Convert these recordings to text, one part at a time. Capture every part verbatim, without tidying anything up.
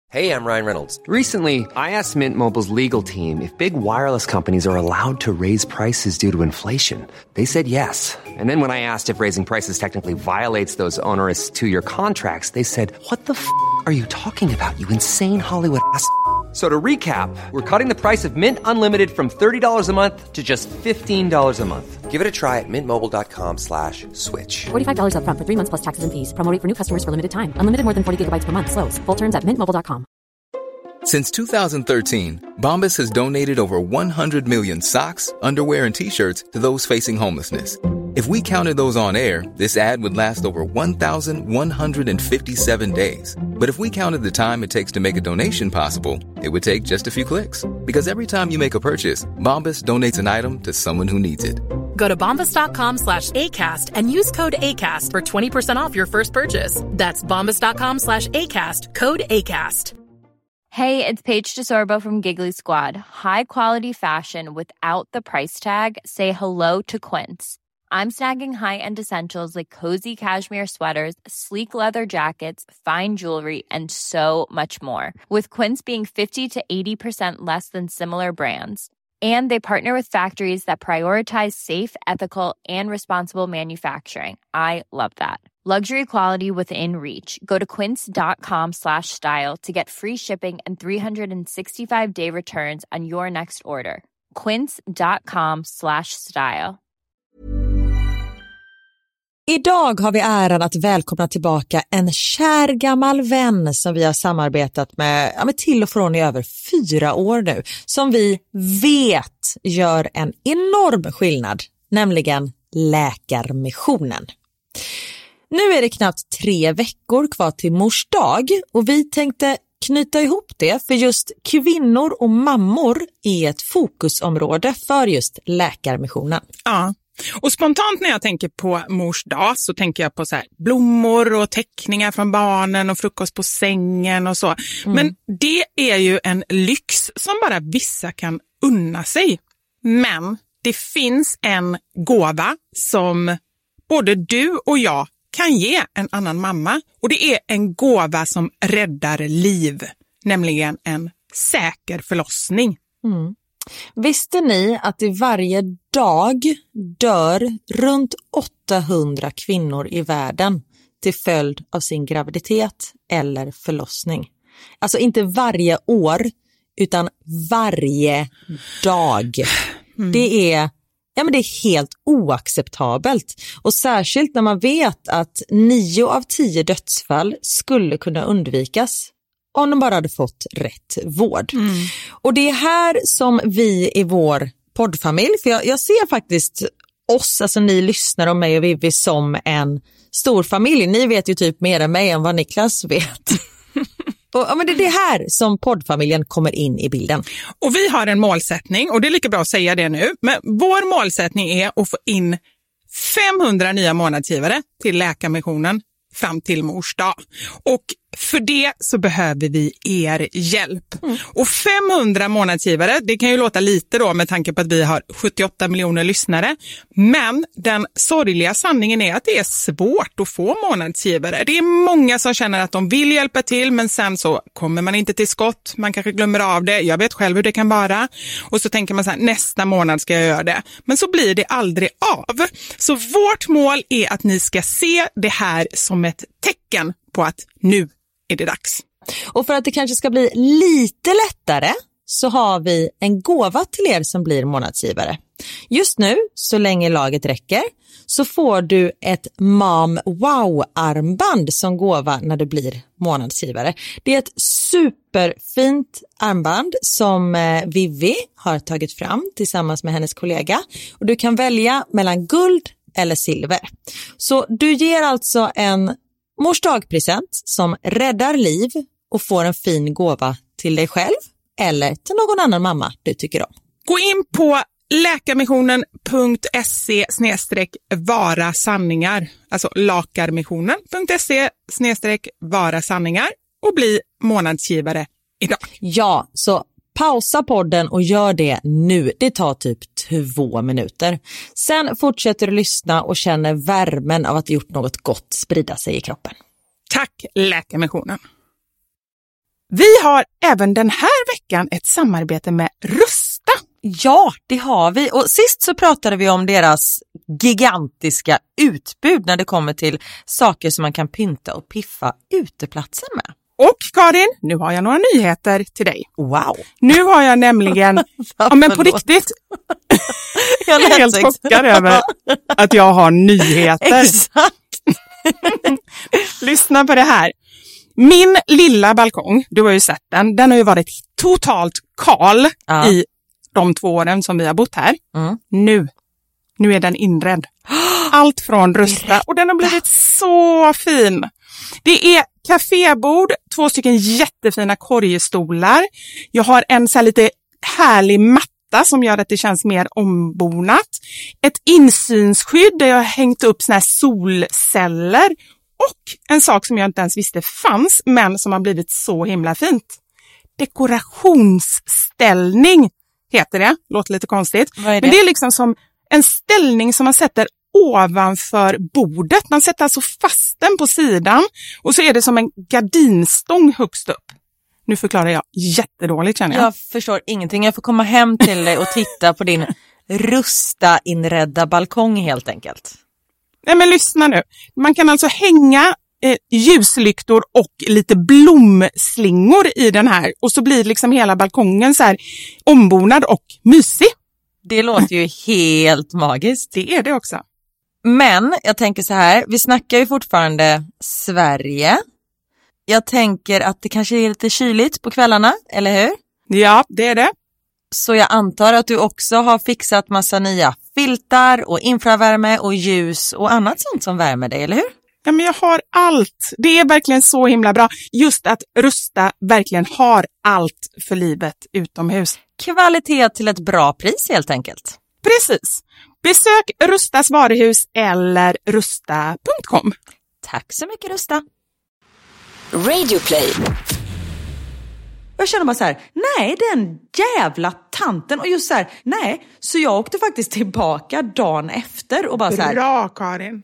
Hey, I'm Ryan Reynolds. Recently, I asked Mint Mobile's legal team if big wireless companies are allowed to raise prices due to inflation. They said yes. And then when I asked if raising prices technically violates those onerous two-year contracts, they said, what the f*** are you talking about, you insane Hollywood ass f- So to recap, we're cutting the price of Mint Unlimited from thirty dollars a month to just fifteen dollars a month. Give it a try at mintmobile.com slash switch. forty-five dollars up front for three months plus taxes and fees. Promo rate for new customers for limited time. Unlimited more than forty gigabytes per month. Slows full terms at mint mobile dot com. Since two thousand thirteen, Bombas has donated over one hundred million socks, underwear, and T-shirts to those facing homelessness. If we counted those on air, this ad would last over one thousand one hundred fifty-seven days. But if we counted the time it takes to make a donation possible, it would take just a few clicks. Because every time you make a purchase, Bombas donates an item to someone who needs it. Go to bombas.com slash ACAST and use code ACAST for twenty percent off your first purchase. That's bombas.com slash ACAST, code ACAST. Hey, it's Paige DeSorbo from Giggly Squad. High quality fashion without the price tag. Say hello to Quince. I'm snagging high-end essentials like cozy cashmere sweaters, sleek leather jackets, fine jewelry, and so much more. With Quince being fifty to eighty percent less than similar brands. And they partner with factories that prioritize safe, ethical, and responsible manufacturing. I love that. Luxury quality within reach. Go to quince.com slash style to get free shipping and three sixty-five day returns on your next order. Quince.com slash style. Idag har vi äran att välkomna tillbaka en kär gammal vän som vi har samarbetat med, ja, med till och från i över fyra år nu. Som vi vet gör en enorm skillnad, nämligen Läkarmissionen. Nu är det knappt tre veckor kvar till mors dag och vi tänkte knyta ihop det, för just kvinnor och mammor är ett fokusområde för just Läkarmissionen. Ja. Och spontant när jag tänker på mors dag så tänker jag på så här blommor och teckningar från barnen och frukost på sängen och så. Mm. Men det är ju en lyx som bara vissa kan unna sig. Men det finns en gåva som både du och jag kan ge en annan mamma. Och det är en gåva som räddar liv, nämligen en säker förlossning. Mm. Visste ni att det varje dag dör runt åttahundra kvinnor i världen till följd av sin graviditet eller förlossning? Alltså inte varje år, utan varje dag. Mm. Det är, ja, men det är helt oacceptabelt. Och särskilt när man vet att nio av tio dödsfall skulle kunna undvikas om de bara hade fått rätt vård. Mm. Och det är här som vi i vår poddfamilj, för jag, jag ser faktiskt oss, alltså ni lyssnar om mig och Vivi, som en stor familj. Ni vet ju typ mer än mig än vad Niklas vet. Och, ja, men det är det här som poddfamiljen kommer in i bilden. Och vi har en målsättning, och det är lika bra att säga det nu. Men vår målsättning är att få in femhundra nya månadsgivare till Läkarmissionen fram till mors dag. Och för det så behöver vi er hjälp. Mm. Och femhundra månadsgivare, det kan ju låta lite då med tanke på att vi har sjuttioåtta miljoner lyssnare. Men den sorgliga sanningen är att det är svårt att få månadsgivare. Det är många som känner att de vill hjälpa till, men sen så kommer man inte till skott. Man kanske glömmer av det. Jag vet själv hur det kan vara. Och så tänker man så här, nästa månad ska jag göra det. Men så blir det aldrig av. Så vårt mål är att ni ska se det här som ett tecken på att nu är det dags. Och för att det kanske ska bli lite lättare så har vi en gåva till er som blir månadsgivare. Just nu, så länge laget räcker, så får du ett Mom Wow-armband som gåva när du blir månadsgivare. Det är ett superfint armband som Vivi har tagit fram tillsammans med hennes kollega. Och du kan välja mellan guld eller silver. Så du ger alltså en mors dagpresent som räddar liv och får en fin gåva till dig själv eller till någon annan mamma du tycker om. Gå in på läkarmissionen punkt se snedstreck vara sanningar, alltså lakarmissionen punkt se snedstreck vara sanningar och bli månadsgivare idag. Ja, så pausa podden och gör det nu. Det tar typ två minuter. Sen fortsätter du lyssna och känner värmen av att ha gjort något gott sprida sig i kroppen. Tack Läkarmissionen. Vi har även den här veckan ett samarbete med Rusta. Ja, det har vi. Och sist så pratade vi om deras gigantiska utbud när det kommer till saker som man kan pynta och piffa uteplatser med. Och Karin, nu har jag några nyheter till dig. Wow. Nu har jag nämligen, ja men på riktigt, jag är helt chockad över att jag har nyheter. Exakt. Lyssna på det här. Min lilla balkong, du har ju sett den, den har ju varit totalt kal ja. i de två åren som vi har bott här. Mm. Nu, nu är den inredd. Allt från Rusta och den har blivit så fin. Det är kafébord, två stycken jättefina korgstolar. Jag har en så här lite härlig matta som gör att det känns mer ombonat. Ett insynsskydd där jag har hängt upp såna här solceller. Och en sak som jag inte ens visste fanns, men som har blivit så himla fint. Dekorationsställning heter det. Låter lite konstigt. Vad är det? Men det är liksom som en ställning som man sätter ovanför bordet. Man sätter alltså fast den på sidan. Och så är det som en gardinstång högst upp. Nu förklarar jag jättedåligt känner jag. Jag förstår ingenting. Jag får komma hem till dig och titta på din Rusta inredda balkong helt enkelt. Nej men lyssna nu. Man kan alltså hänga eh, ljuslyktor och lite blomslingor i den här. Och så blir liksom hela balkongen så här ombonad och mysig. Det låter ju helt magiskt. Det är det också. Men jag tänker så här, vi snackar ju fortfarande Sverige. Jag tänker att det kanske är lite kyligt på kvällarna, eller hur? Ja, det är det. Så jag antar att du också har fixat massa nya filtar och infravärme och ljus och annat sånt som värmer dig, eller hur? Ja, men jag har allt. Det är verkligen så himla bra. Just att Rusta verkligen har allt för livet utomhus. Kvalitet till ett bra pris helt enkelt. Precis. Besök Rustas varuhus eller rusta punkt com. Tack så mycket Rusta. Radioplay. Jag känner bara så här, nej den jävla tanten. Och just så här, nej. Så jag åkte faktiskt tillbaka dagen efter och bara så här. Bra Karin.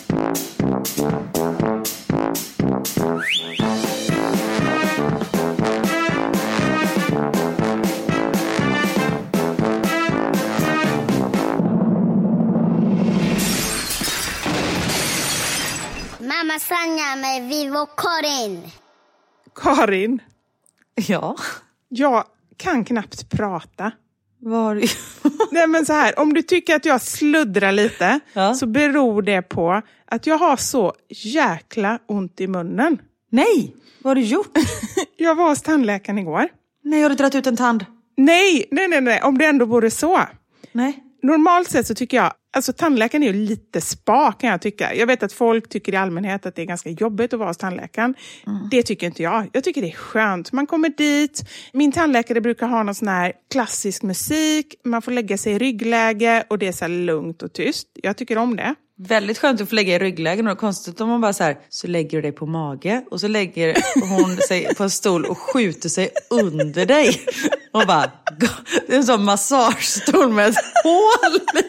Mamma sangar med Vivo Karin. Karin. Ja. Jag kan knappt prata. Var... Nej men så här, om du tycker att jag sluddrar lite ja. så beror det på att jag har så jäkla ont i munnen. Nej, vad har du gjort? Jag var hos tandläkaren igår. Nej, har du dragit ut en tand? Nej, nej, nej, nej, om det ändå vore så. Nej. Normalt sett så tycker jag, alltså tandläkaren är ju lite spa kan jag tycka. Jag vet att folk tycker i allmänhet att det är ganska jobbigt att vara hos tandläkaren. Mm. Det tycker inte jag. Jag tycker det är skönt. Man kommer dit, min tandläkare brukar ha någon sån här klassisk musik. Man får lägga sig i ryggläge och det är så här lugnt och tyst. Jag tycker om det. Väldigt skönt att få lägga i rygglägen och konstigt om man bara så här, så lägger du dig på mage och så lägger hon sig på en stol och skjuter sig under dig. Och bara, det är en sån massagestol med ett hål i.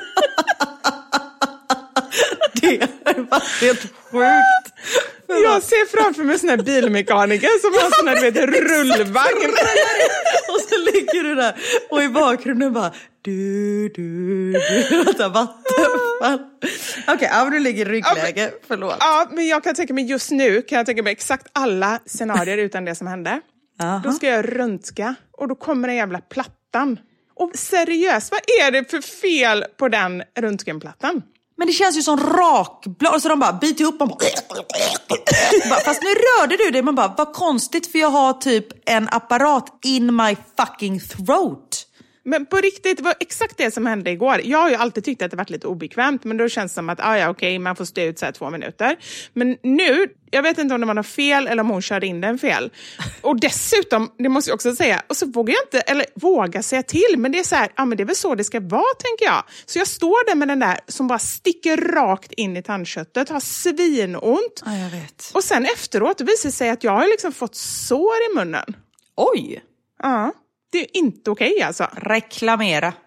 Det är bara helt sjukt. Jag ser framför mig sån här bilmekaniker som har sån här, du vet, rullvagn. Och så ligger du där och i bakgrunden bara du, du, du, vänta, vattenfall. Okej, okay, ja, du ligger i ryggläge, ja, förlåt. Ja, men jag kan tänka mig just nu, kan jag tänka mig exakt alla scenarier utan det som hände. Aha. Då ska jag röntga och då kommer den jävla plattan. Och seriöst, vad är det för fel på den röntgenplattan? Men det känns ju som rakblad. Så de bara biter upp och bara... Fast nu rörde du det. Man bara, vad konstigt för jag har typ en apparat in my fucking throat. Men på riktigt, det var exakt det som hände igår. Jag har ju alltid tyckt att det varit lite obekvämt. Men då känns det som att, ah, ja okej, okay, man får stå ut så här två minuter. Men nu, jag vet inte om det var något fel eller om hon körde in den fel. Och dessutom, det måste jag också säga, och så vågar jag inte, eller våga säga till. Men det är så här, ja ah, men det är väl så det ska vara, tänker jag. Så jag står där med den där som bara sticker rakt in i tandköttet. Har svinont. Ja, jag vet. Och sen efteråt visar det sig att jag har liksom fått sår i munnen. Oj! Ja. Det är inte okej okay, alltså. Reklamera.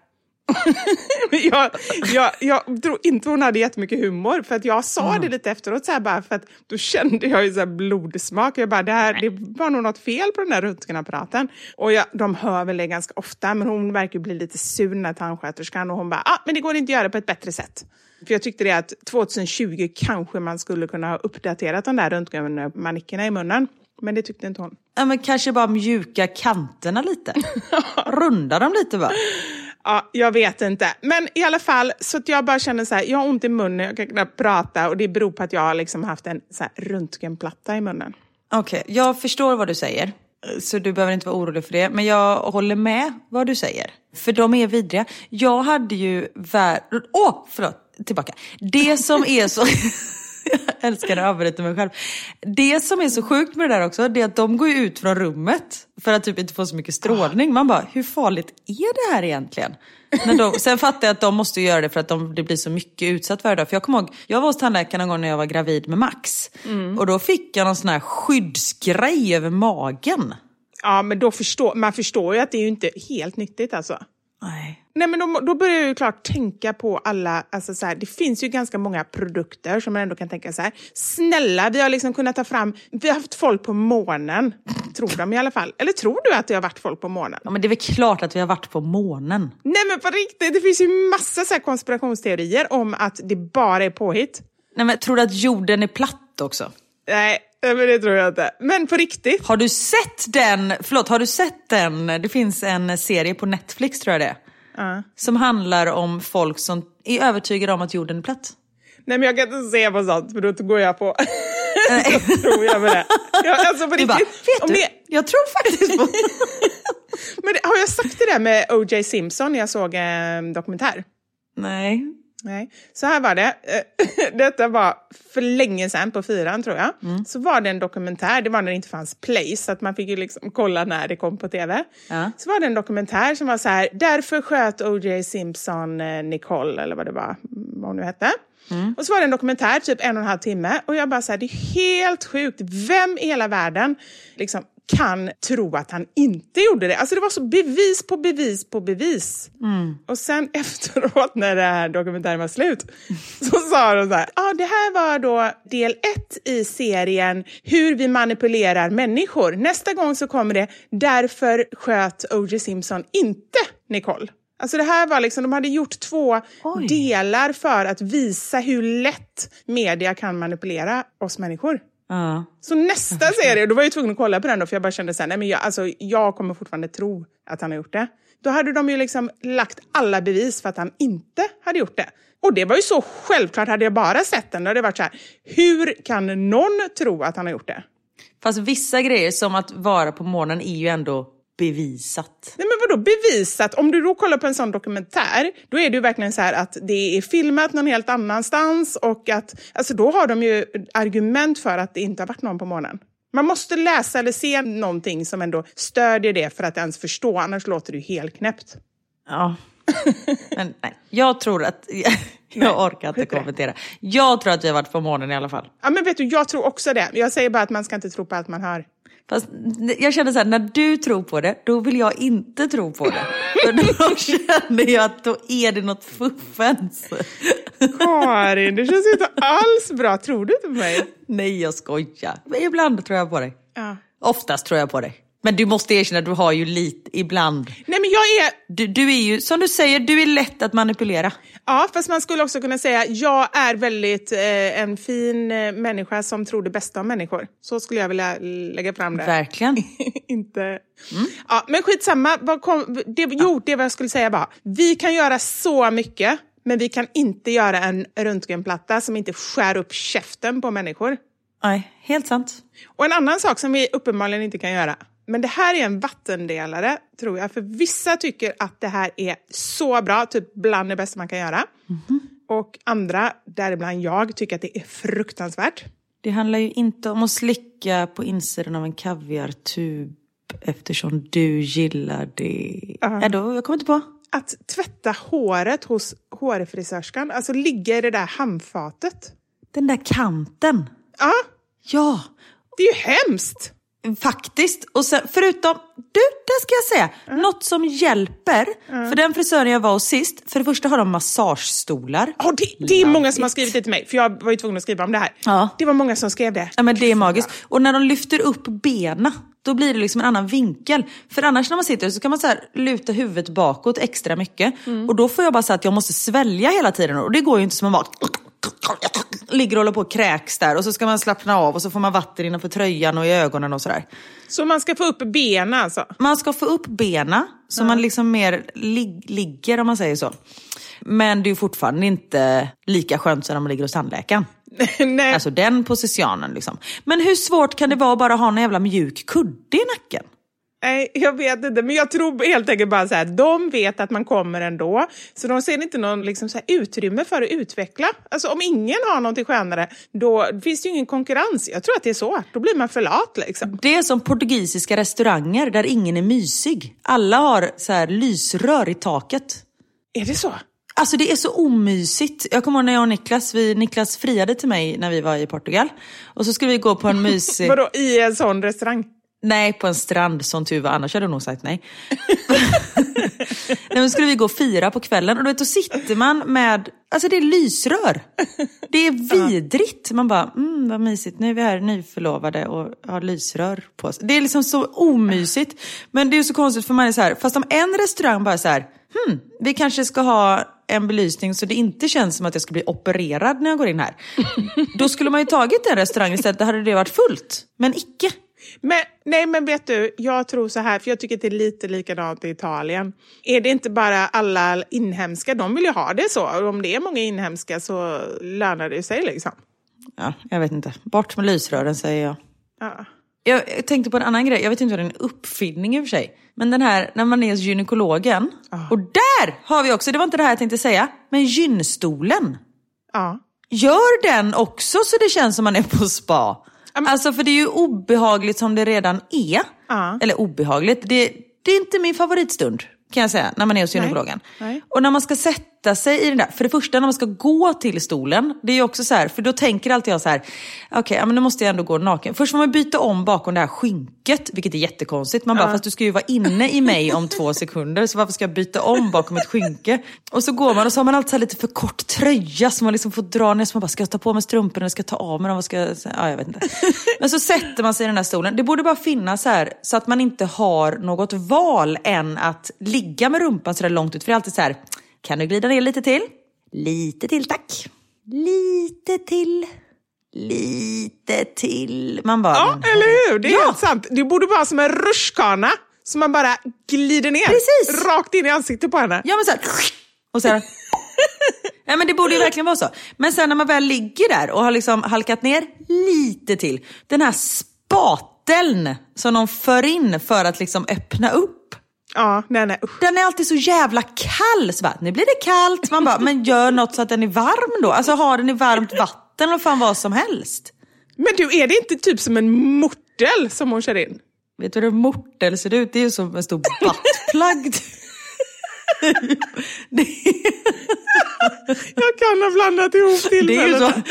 jag, jag, jag tror inte hon hade jättemycket humor. För att jag sa mm. det lite efteråt så här bara. För att då kände jag ju så här blodsmak. Jag bara, det, här, det var nog något fel på den där röntgenapparaten. Och jag, de hör väl det ganska ofta. Men hon verkar bli lite sur när tandsköterskan. Och hon bara, ah, men det går inte att göra på ett bättre sätt. För jag tyckte det att tjugohundratjugo kanske man skulle kunna ha uppdaterat de där röntgenmanickerna i munnen. Men det tyckte inte hon. Ja, men kanske bara mjuka kanterna lite. Runda dem lite va? Ja, jag vet inte. Men i alla fall, så att jag bara känner så här, jag har ont i munnen, jag kan knappt prata. Och det beror på att jag har liksom haft en så här röntgenplatta i munnen. Okej, okay, jag förstår vad du säger. Så du behöver inte vara orolig för det. Men jag håller med vad du säger. För de är vidriga. Jag hade ju... Vär... Åh, oh, förlåt. Tillbaka. Det som är så... Jag älskar att avbryta mig själv. Det som är så sjukt med det där också, det är att de går ut från rummet för att typ inte få så mycket strålning. Man bara, hur farligt är det här egentligen? När de, sen fattar jag att de måste göra det för att de, det blir så mycket utsatt varje dag. För jag kommer ihåg, jag var hos tandläkaren en gång när jag var gravid med Max. Mm. Och då fick jag någon sån här skyddsgrej över magen. Ja, men då förstår, man förstår ju att det är ju inte helt nyttigt alltså. Nej. Nej, men då, då börjar jag ju klart tänka på alla, alltså så här, det finns ju ganska många produkter som man ändå kan tänka så här, snälla, vi har liksom kunnat ta fram, vi har haft folk på månen, tror de i alla fall. Eller tror du att det har varit folk på månen? Ja, men det är väl klart att vi har varit på månen. Nej, men på riktigt, det finns ju massa så här konspirationsteorier om att det bara är påhitt. Nej, men tror du att jorden är platt också? Nej, men det tror jag inte. Men på riktigt. Har du sett den, förlåt, har du sett den, det finns en serie på Netflix tror jag det är. Uh. Som handlar om folk som är övertygade om att jorden är platt. Nej, men jag kan inte se på sånt, för då går jag på. Då tror jag med det. Jag, alltså på du bara, vet du, det... jag tror faktiskt på. Men det, har jag sagt det där med O J Simpson när jag såg en dokumentär? Nej. Nej, så här var det. Detta var för länge sedan på fyran tror jag. Mm. Så var det en dokumentär, det var när det inte fanns play så att man fick ju liksom kolla när det kom på tv. Ja. Så var det en dokumentär som var så här, därför sköt O J Simpson Nicole eller vad det var, vad hon nu hette. Mm. Och så var det en dokumentär, typ en och en halv timme. Och jag bara så här, det är helt sjukt. Vem i hela världen liksom kan tro att han inte gjorde det? Alltså det var så bevis på bevis på bevis. Mm. Och sen efteråt när det här dokumentären var slut så sa de så här, ja ah, det här var då del ett i serien hur vi manipulerar människor. Nästa gång så kommer det, därför sköt O J Simpson inte Nicole. Alltså det här var liksom, de hade gjort två Oj. delar för att visa hur lätt media kan manipulera oss människor. Uh, så nästa serie, då var jag tvungen att kolla på den då, för jag bara kände så här, nej men jag, alltså, jag kommer fortfarande tro att han har gjort det. Då hade de ju liksom lagt alla bevis för att han inte hade gjort det. Och det var ju så självklart, hade jag bara sett den då hade det varit så här, hur kan någon tro att han har gjort det? Fast vissa grejer som att vara på månen är ju ändå bevisat. Nej, men vadå bevisat? Om du då kollar på en sån dokumentär, då är det ju verkligen så här att det är filmat någon helt annanstans och att, alltså då har de ju argument för att det inte har varit någon på månen. Man måste läsa eller se någonting som ändå stödjer det för att ens förstå, annars låter det ju helt knäppt. Ja. Men nej, jag tror att jag orkar inte kommentera. Jag tror att vi har varit på månen i alla fall. Ja, men vet du, jag tror också det. Jag säger bara att man ska inte tro på allt man hör. Fast jag känner så här, när du tror på det, då vill jag inte tro på det. För då känner jag att då är det något fuffens. Karin, det känns inte alls bra. Tror du inte på mig? Nej, jag skojar. Men ibland tror jag på dig. Ja. Oftast tror jag på dig. Men du måste erkänna att du har ju lite ibland. Nej, men jag är... Du, du är ju, som du säger, du är lätt att manipulera. Ja, fast man skulle också kunna säga jag är väldigt eh, en fin eh, människa som tror det bästa om människor. Så skulle jag vilja lägga fram det. Verkligen. Inte... Mm. Ja, men skitsamma. Vad kom... det, jo, det var jag skulle säga bara. Vi kan göra så mycket, men vi kan inte göra en röntgenplatta som inte skär upp käften på människor. Nej, helt sant. Och en annan sak som vi uppenbarligen inte kan göra. Men det här är en vattendelare, tror jag. För vissa tycker att det här är så bra, typ bland det bästa man kan göra. Mm-hmm. Och andra, däribland jag, tycker att det är fruktansvärt. Det handlar ju inte om att slicka på insidan av en kaviartub eftersom du gillar det. Uh-huh. Ja, då, jag kommer inte på. Att tvätta håret hos hårfrisörskan, alltså ligga i det där handfatet. Den där kanten. Ja. Ja. Det är ju hemskt. Faktiskt. Och sen, förutom, du, det ska jag säga. Mm. Något som hjälper. Mm. För den frisören jag var hos sist. För det första har de massagestolar. Oh, det, det är många som har skrivit det till mig. För jag var ju tvungen att skriva om det här. Ja. Det var många som skrev det. Ja, men det är magiskt. Och när de lyfter upp benen, då blir det liksom en annan vinkel. För annars när man sitter så kan man så här luta huvudet bakåt extra mycket. Mm. Och då får jag bara säga att jag måste svälja hela tiden. Och det går ju inte som man bara... ligger och håller på och kräks där. Och så ska man slappna av och så får man vatten innanför tröjan och i ögonen och sådär. Så man ska få upp benen alltså? Man ska få upp benen så ja. man liksom mer lig- ligger om man säger så. Men det är ju fortfarande inte lika skönt som när man ligger hos tandläkaren. Nej. Alltså den positionen liksom. Men hur svårt kan det vara att bara ha en jävla mjuk kudde i nacken? Nej, jag vet inte. Men jag tror helt enkelt bara så här. De vet att man kommer ändå. Så de ser inte någon liksom så här utrymme för att utveckla. Alltså om ingen har någonting skönare, då finns det ju ingen konkurrens. Jag tror att det är så. Då blir man för lat liksom. Det är som portugisiska restauranger där ingen är mysig. Alla har så här lysrör i taket. Är det så? Alltså det är så omysigt. Jag kommer ihåg när jag och Niklas, vi, Niklas friade till mig när vi var i Portugal. Och så skulle vi gå på en mysig... Vadå, i en sån restaurang? Nej, på en strand som tur var, annars hade jag nog sagt nej. Nej, men skulle vi gå och fira på kvällen och då, vet, då sitter man med, alltså det är lysrör. Det är vidrigt. Man bara, mm, vad mysigt, nu är vi här nyförlovade och har lysrör på oss. Det är liksom så omysigt. Men det är ju så konstigt för man är så här, fast om en restaurang bara så här, hmm, vi kanske ska ha en belysning så det inte känns som att jag ska bli opererad när jag går in här. Då skulle man ju tagit en restaurang istället, då hade det varit fullt. Men icke. Men, nej men vet du, jag tror så här, för jag tycker att det är lite likadant i Italien. Är det inte bara alla inhemska, de vill ju ha det så. Och om det är många inhemska så lönar det sig liksom. Ja, jag vet inte. Bort med lysrören säger jag. Ja. Jag tänkte på en annan grej, jag vet inte vad det är en uppfinning i och för sig. Men den här, när man är hos gynekologen. Oh. Och där har vi också, det var inte det här jag tänkte säga, men gynstolen. Ja. Gör den också så det känns som man är på spa. Alltså för det är ju obehagligt som det redan är. Uh. Eller obehagligt. Det, det är inte min favoritstund kan jag säga när man är hos gynekologen. Nej. Nej. Och när man ska sätta sig i den där. För det första när man ska gå till stolen. Det är ju också så här. För då tänker alltid jag så här. Okej, okay, men nu måste jag ändå gå naken. Först får man byta om bakom det här skynket. Vilket är jättekonstigt. Man bara, uh. fast du ska ju vara inne i mig om två sekunder. Så varför ska jag byta om bakom ett skynke? Och så går man och så har man alltid så här lite för kort tröja. Så man liksom får dra ner. Så man bara, ska jag ta på mig strumporna? Eller ska jag ta av mig dem? Vad ska jag... Ja, jag vet inte. Men så sätter man sig i den här stolen. Det borde bara finnas här. Så att man inte har något val än att ligga med rumpan så där långt ut. För det är alltid så här, kan du glida ner lite till? Lite till, tack. Lite till. Lite till. Man bara, ja, eller hur? Det är ja. helt sant. Det borde vara som en rutschkana. Så man bara glider ner. Precis. Rakt in i ansiktet på henne. Ja, men så här. Och så här. Ja, men det borde ju verkligen vara så. Men sen när man väl ligger där och har liksom halkat ner lite till. Den här spateln som de för in för att liksom öppna upp. Ja, nej, nej. Usch. Den är alltid så jävla kall. Så bara, nu blir det kallt. Man bara, men gör något så att den är varm då. Alltså ha den i varmt vatten och fan vad som helst. Men du, är det inte typ som en mortel som hon kör in? Vet du hur en mortel ser ut? Det är ju som en stor buttplug. det... Jag kan ha blandat ihop till. Det är ju så.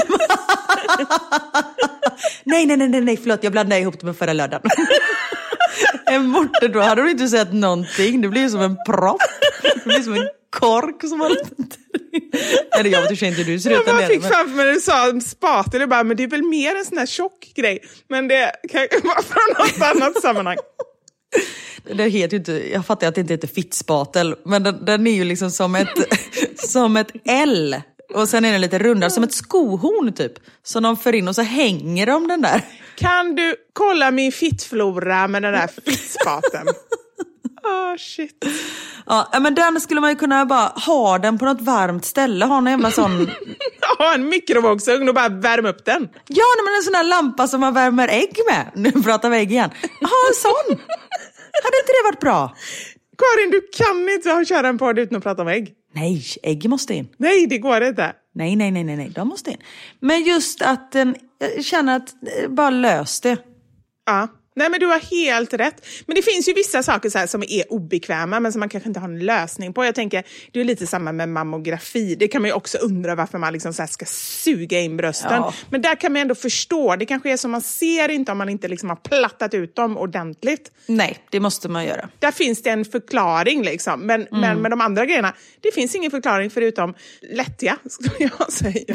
nej, nej, nej, nej, nej, förlåt. Jag blandade ihop det med förra lördagen. En mortel, då hade du inte sett någonting. Det blir ju som en propp. Det blir som en kork som man... Eller jag vet inte du ser ut. Jag bara fick framför mig när du sa en spatel. Jag bara, men det är väl mer en sån här tjock grej. Men det kan ju vara från något annat sammanhang. Det heter ju inte, jag fattar att det inte heter fittspatel. Men den, den är ju liksom som ett, som ett L. Och sen är den lite rundare, som ett skohorn typ. Så de för in och så hänger de den där. Kan du kolla min fittflora med den där fittspaten? Åh, oh, shit. Ja, men den skulle man ju kunna bara ha den på något varmt ställe. Ha en jävla sån... Ha en mikrovågsugn och bara värma upp den. Ja, men en sån här lampa som man värmer ägg med. Nu pratar vi ägg igen. Ha en sån. Hade inte det varit bra? Karin, du kan inte köra en podd utan att prata om ägg. Nej, ägg måste in. Nej, det går inte. Nej, nej, nej, nej, nej. De måste in. Men just att den, jag känner att bara lös det. Ja. Nej, men du har helt rätt. Men det finns ju vissa saker så här som är obekväma men som man kanske inte har en lösning på. Jag tänker, det är lite samma med mammografi. Det kan man ju också undra varför man liksom så här ska suga in brösten. Ja. Men där kan man ändå förstå. Det kanske är som man ser inte om man inte liksom har plattat ut dem ordentligt. Nej, det måste man göra. Där finns det en förklaring liksom. Men, mm. men med de andra grejerna, det finns ingen förklaring förutom lättja, skulle jag säga.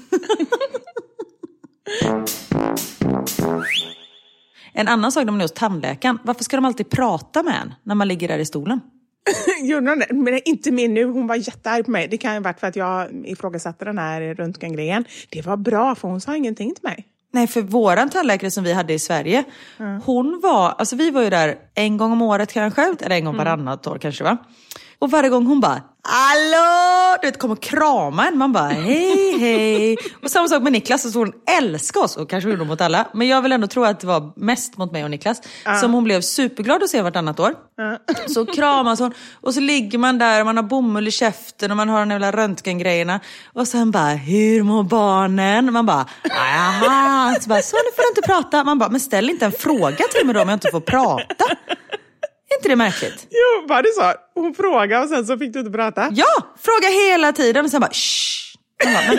En annan sak när man är hos tandläkaren. Varför ska de alltid prata med en när man ligger där i stolen? Gjorde hon det? Men inte mer nu. Hon var jättearg på mig. Det kan ju ha varit för att jag ifrågasatte den här röntgengrejen. Det var bra för hon sa ingenting till mig. Nej, för våran tandläkare som vi hade i Sverige. Mm. Hon var, alltså vi var ju där en gång om året kanske. Eller en gång varannat år kanske va. Och varje gång hon bara, hallå! Du vet, kom och krama en. Man bara, hej, hej. Och samma sak med Niklas, så hon älskar oss. Och kanske gjorde hon mot alla. Men jag vill ändå tro att det var mest mot mig och Niklas. Uh. Som hon blev superglad att se vartannat år. Uh. Så kramas hon. Och så ligger man där och man har bomull i käften. Och man har de jävla röntgengrejerna. Och sen bara, hur mår barnen? Man bara, jaha. Så bara, så nu får du inte prata. Man bara, men ställ inte en fråga till mig då om jag inte får prata. Är inte det märkligt? Jo, var det så? Hon frågade och sen så fick du inte prata. Ja, fråga hela tiden och sen bara shh. Bara, men...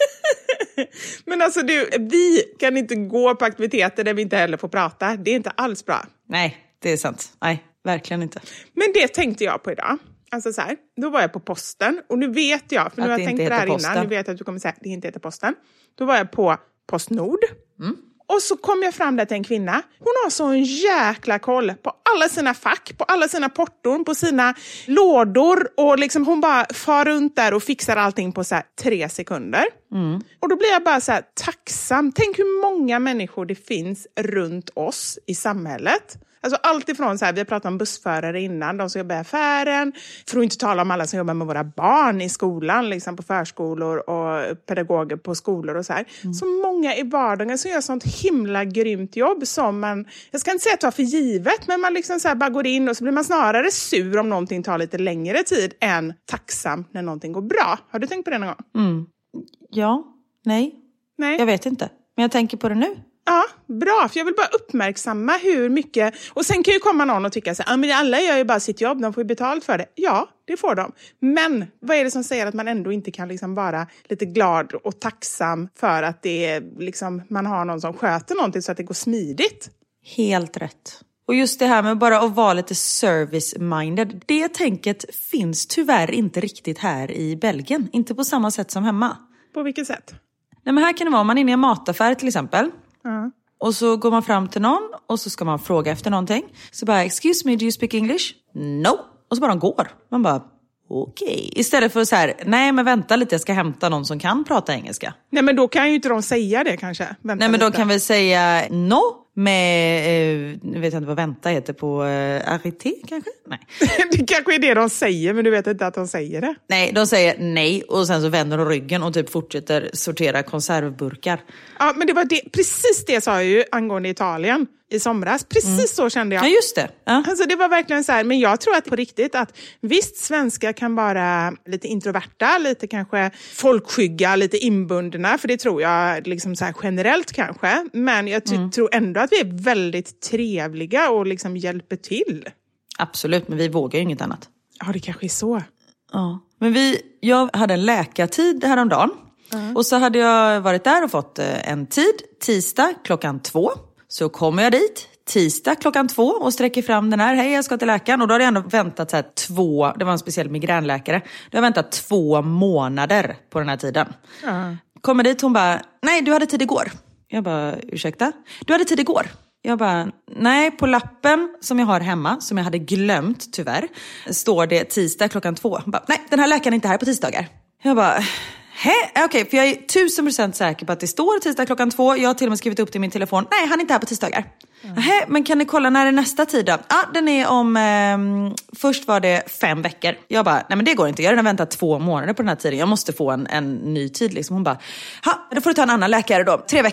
men alltså du, vi kan inte gå på aktiviteter där vi inte heller får prata. Det är inte alls bra. Nej, det är sant. Nej, verkligen inte. Men det tänkte jag på idag. Alltså så här, då var jag på posten och nu vet jag, för nu har jag tänkt på det här posten. Innan, nu vet jag att du kommer säga att det inte heter posten. Då var jag på Postnord. Mm. Och så kom jag fram där till en kvinna. Hon har så en jäkla koll på alla sina fack, på alla sina porton, på sina lådor. Och liksom hon bara far runt där och fixar allting på så här tre sekunder. Mm. Och då blir jag bara så här tacksam. Tänk hur många människor det finns runt oss i samhället. Alltså allt ifrån så här, vi har pratat om bussförare innan, de som jobbar i affären. För att inte tala om alla som jobbar med våra barn i skolan, liksom på förskolor och pedagoger på skolor och så här. Mm. Så många i vardagen som gör sånt himla grymt jobb som man, jag ska inte säga att ta för givet, men man liksom så här bara går in och så blir man snarare sur om någonting tar lite längre tid än tacksam när någonting går bra. Har du tänkt på det någon gång? Mm. Ja, nej. nej. Jag vet inte, men jag tänker på det nu. Ja, bra. För jag vill bara uppmärksamma hur mycket... Och sen kan ju komma någon och tycka så här, ja, men alla gör ju bara sitt jobb, de får ju betalt för det. Ja, det får de. Men vad är det som säger att man ändå inte kan liksom vara lite glad och tacksam för att det är liksom, man har någon som sköter någonting så att det går smidigt? Helt rätt. Och just det här med bara att vara lite service-minded, det tänket finns tyvärr inte riktigt här i Belgien. Inte på samma sätt som hemma. På vilket sätt? Nej, men här kan det vara, om man är inne i en mataffär till exempel. Uh-huh. Och så går man fram till någon och så ska man fråga efter någonting. Så bara, excuse me, do you speak English? No. Och så bara de går. Man bara, okej. Okay. Istället för så här, nej men vänta lite, jag ska hämta någon som kan prata engelska. Nej, men då kan ju inte de säga det kanske. Vänta nej, men lite. Då kan vi säga no. Med, eh, jag vet inte vad vänta heter på eh, arité kanske? Nej. Det kanske är det de säger, men du vet inte att de säger det. Nej, de säger nej och sen så vänder de ryggen och typ fortsätter sortera konservburkar. Ja, men det var det, precis det sa jag ju angående Italien i somras. Precis mm. så kände jag. Ja, just det. Ja. Alltså det var verkligen så här, men jag tror att på riktigt att visst, svenskar kan vara lite introverta, lite kanske folkskygga, lite inbundna, för det tror jag liksom så här generellt kanske. Men jag t- mm. tror ändå att vi är väldigt trevliga och liksom hjälper till. Absolut, men vi vågar ju inget annat. Ja, det kanske är så. Ja, men vi, jag hade en läkartid häromdagen. Mm. Och så hade jag varit där och fått en tid, tisdag klockan två. Så kommer jag dit, tisdag klockan två och sträcker fram den här. Hej, jag ska till läkaren. Och då hade jag ändå väntat så här två, det var en speciell migränläkare. Då har jag väntat två månader på den här tiden. Mm. Kommer dit, hon bara, nej du hade tid igår. Jag bara, ursäkta? Du hade tid igår. Jag bara, nej, på lappen som jag har hemma, som jag hade glömt tyvärr, står det tisdag klockan två. Bara, nej, den här läkaren är inte här på tisdagar. Jag bara, hä? Okej, okay, för jag är tusen procent säker på att det står tisdag klockan två. Jag har till och med skrivit upp det i min telefon. Nej, han är inte här på tisdagar. Mm. Hä? Men kan ni kolla när är nästa tid då? Ja, ah, den är om, eh, först var det fem veckor. Jag bara, nej men det går inte. Jag har redan väntat två månader på den här tiden. Jag måste få en, en ny tid liksom. Hon bara, ha, då får du ta en annan läkare då. Tre veckor.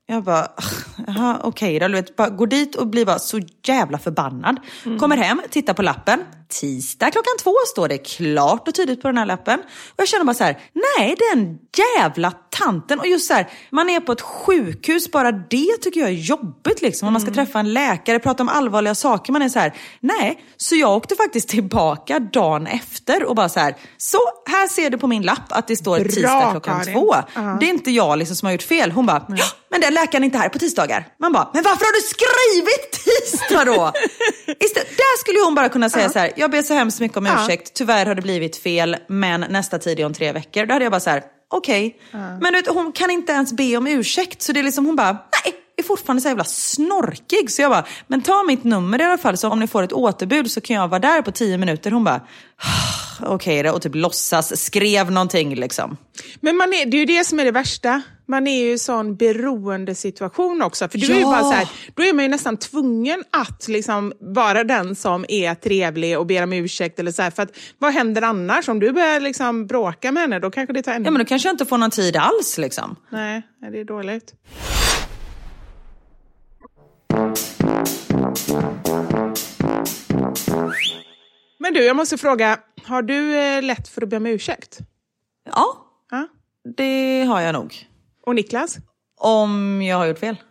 Jag bara, jaha, okej då. Du vet, bara går dit och blir bara så jävla förbannad. Mm. Kommer hem, tittar på lappen. Tisdag klockan två står det klart och tydligt på den här lappen. Och jag känner bara så här, nej, den jävla tanten. Och just så här, man är på ett sjukhus, bara det tycker jag är jobbigt liksom. Om man ska träffa en läkare, prata om allvarliga saker. Man är så här, nej. Så jag åkte faktiskt tillbaka dagen efter och bara så här, så här ser du på min lapp att det står Bra, tisdag klockan Karin. två. Uh-huh. Det är inte jag liksom som har gjort fel. Hon bara, ja, men den läkaren är inte här på tisdagar. Man bara, men varför har du skrivit tisdag då? Istället, där skulle hon bara kunna säga uh-huh. så här, jag ber så hemskt mycket om uh-huh. ursäkt. Tyvärr har det blivit fel, men nästa tid är om tre veckor. Då hade jag bara så här, okej. Okay. Uh-huh. Men du vet, hon kan inte ens be om ursäkt. Så det är liksom, hon bara, nej. Är fortfarande så jävla snorkig. Så jag bara, men ta mitt nummer i alla fall. Så om ni får ett återbud så kan jag vara där på tio minuter. Hon bara, okej okay, och typ låtsas, skrev någonting liksom. Men man är, det är ju det som är det värsta. Man är ju i en sån beroende situation också. För du ja. är ju bara så här, då är man ju nästan tvungen att liksom vara den som är trevlig och ber om ursäkt eller så här. För att vad händer annars? Om du börjar liksom bråka med henne, då kanske det tar ännu... Ja, men då kanske jag inte får någon tid alls liksom. Nej, det är dåligt. Men du, jag måste fråga, har du eh, lätt för att be om ursäkt? Ja, ja, det har jag nog. Och Niklas? Om jag har gjort fel.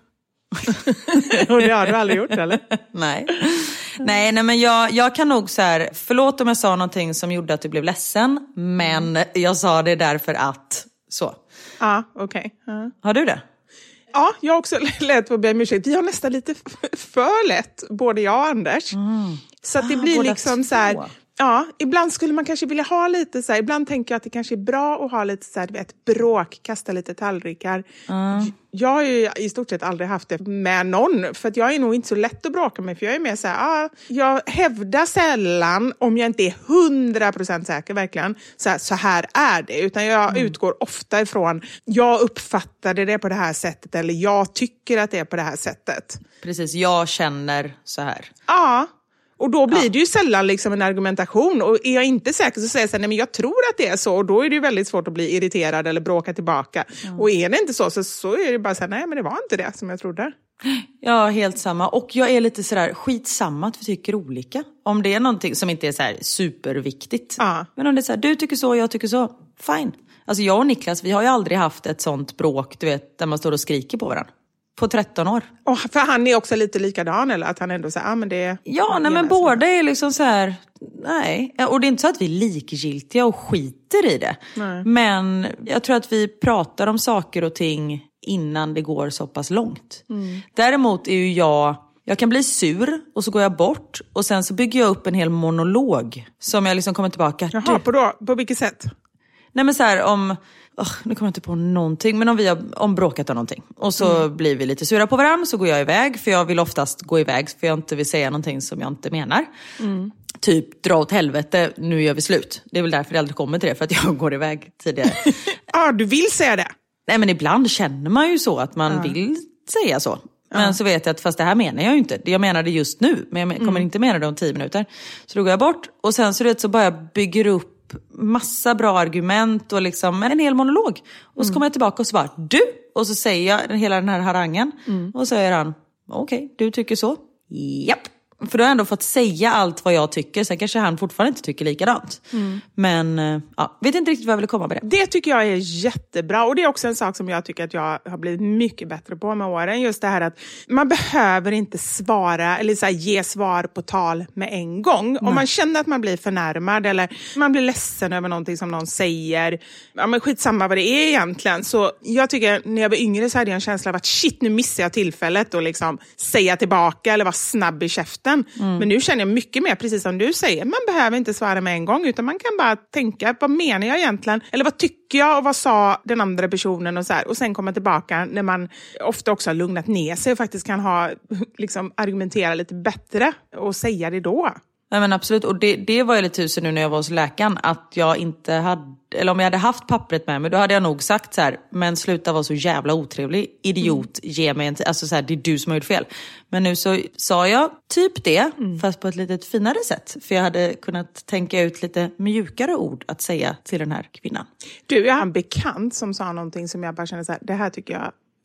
Och det har du aldrig gjort, eller? Nej. Nej, nej, men jag, jag kan nog så här, förlåt om jag sa någonting som gjorde att du blev ledsen, men jag sa det därför att, så. Ja, okej. Okay. Ja. Har du det? Ja, jag har också lätt för att be om ursäkt. Vi har nästan lite för lätt, både jag och Anders. Mm. Så att det ah, blir liksom så här, ja, ibland skulle man kanske vilja ha lite så här, ibland tänker jag att det kanske är bra att ha lite så här, ett bråk, kasta lite tallrikar. Mm. Jag har ju i stort sett aldrig haft det med någon, för att jag är nog inte så lätt att bråka med, för jag är mer så här, ah, jag hävdar sällan, om jag inte är hundra procent säker verkligen, så här, så här är det, utan jag mm. utgår ofta ifrån, jag uppfattade det på det här sättet, eller jag tycker att det är på det här sättet. Precis, jag känner så här. Ja. Och då blir ja. det ju sällan liksom en argumentation. Och är jag inte säker så säger jag så här, nej men jag tror att det är så. Och då är det ju väldigt svårt att bli irriterad eller bråka tillbaka. Mm. Och är det inte så, så så är det bara så här, nej men det var inte det som jag trodde. Ja, helt samma. Och jag är lite sådär skitsamma att vi tycker olika. Om det är någonting som inte är så här superviktigt. Ja. Men om det är så här, du tycker så, jag tycker så, fine. Alltså jag och Niklas, vi har ju aldrig haft ett sånt bråk, du vet, där man står och skriker på varandra. På tretton år. Oh, för han är också lite likadan, eller att han ändå säger, ah, men det är... Ja, nej, men båda är liksom så här, nej. Och det är inte så att vi är likgiltiga och skiter i det. Nej. Men jag tror att vi pratar om saker och ting innan det går så pass långt. Mm. Däremot är ju jag, jag kan bli sur och så går jag bort. Och sen så bygger jag upp en hel monolog som jag liksom kommer tillbaka. Jaha, på, då, på vilket sätt? Nej men så här om... Oh, nu kommer jag inte på någonting, men om vi har om bråkat om någonting och så mm. blir vi lite sura på varandra, så går jag iväg, för jag vill oftast gå iväg för jag inte vill säga någonting som jag inte menar. Mm. Typ, dra åt helvete, nu gör vi slut. Det är väl därför det aldrig kommer till det, för att jag går iväg tidigare. Ja, ah, du vill säga det? Nej, men ibland känner man ju så att man ah. vill säga så. Men ah. så vet jag att, fast det här menar jag ju inte. Jag menar det just nu, men jag kommer mm. inte mena det om tio minuter. Så då går jag bort och sen så, det, så bara jag bygger upp massa bra argument och liksom en hel monolog. Och så mm. kommer jag tillbaka och så bara, du! Och så säger jag hela den här harangen. Mm. Och så säger han, okej, okay, du tycker så? Japp. För då har jag ändå fått säga allt vad jag tycker. Sen kanske han fortfarande inte tycker likadant. Mm. Men ja, vet inte riktigt vad jag vill komma med det. Det tycker jag är jättebra. Och det är också en sak som jag tycker att jag har blivit mycket bättre på med åren. Just det här att man behöver inte svara eller så här, ge svar på tal med en gång. Nej. Om man känner att man blir förnärmad eller man blir ledsen över någonting som någon säger. Ja, men skitsamma vad det är egentligen. Så jag tycker, när jag var yngre så hade jag en känsla av att shit, nu missar jag tillfället och liksom säga tillbaka eller vara snabb i käften. Mm. Men nu känner jag mycket mer, precis som du säger, man behöver inte svara med en gång, utan man kan bara tänka, vad menar jag egentligen? Eller vad tycker jag och vad sa den andra personen och så här, och sen komma tillbaka när man ofta också har lugnat ner sig och faktiskt kan ha, liksom, argumentera lite bättre och säga det då. Nej men absolut, och det, det var ju lite tusen nu när jag var hos läkaren, att jag inte hade, eller om jag hade haft pappret med mig, då hade jag nog sagt så här, men sluta vara så jävla otrevlig, idiot, mm. ge mig en t- alltså så här, det är du som har gjort fel. Men nu så sa jag typ det, mm. fast på ett lite finare sätt, för jag hade kunnat tänka ut lite mjukare ord att säga till den här kvinnan. Du, jag har en bekant som sa någonting som jag bara känner så här, det här tycker jag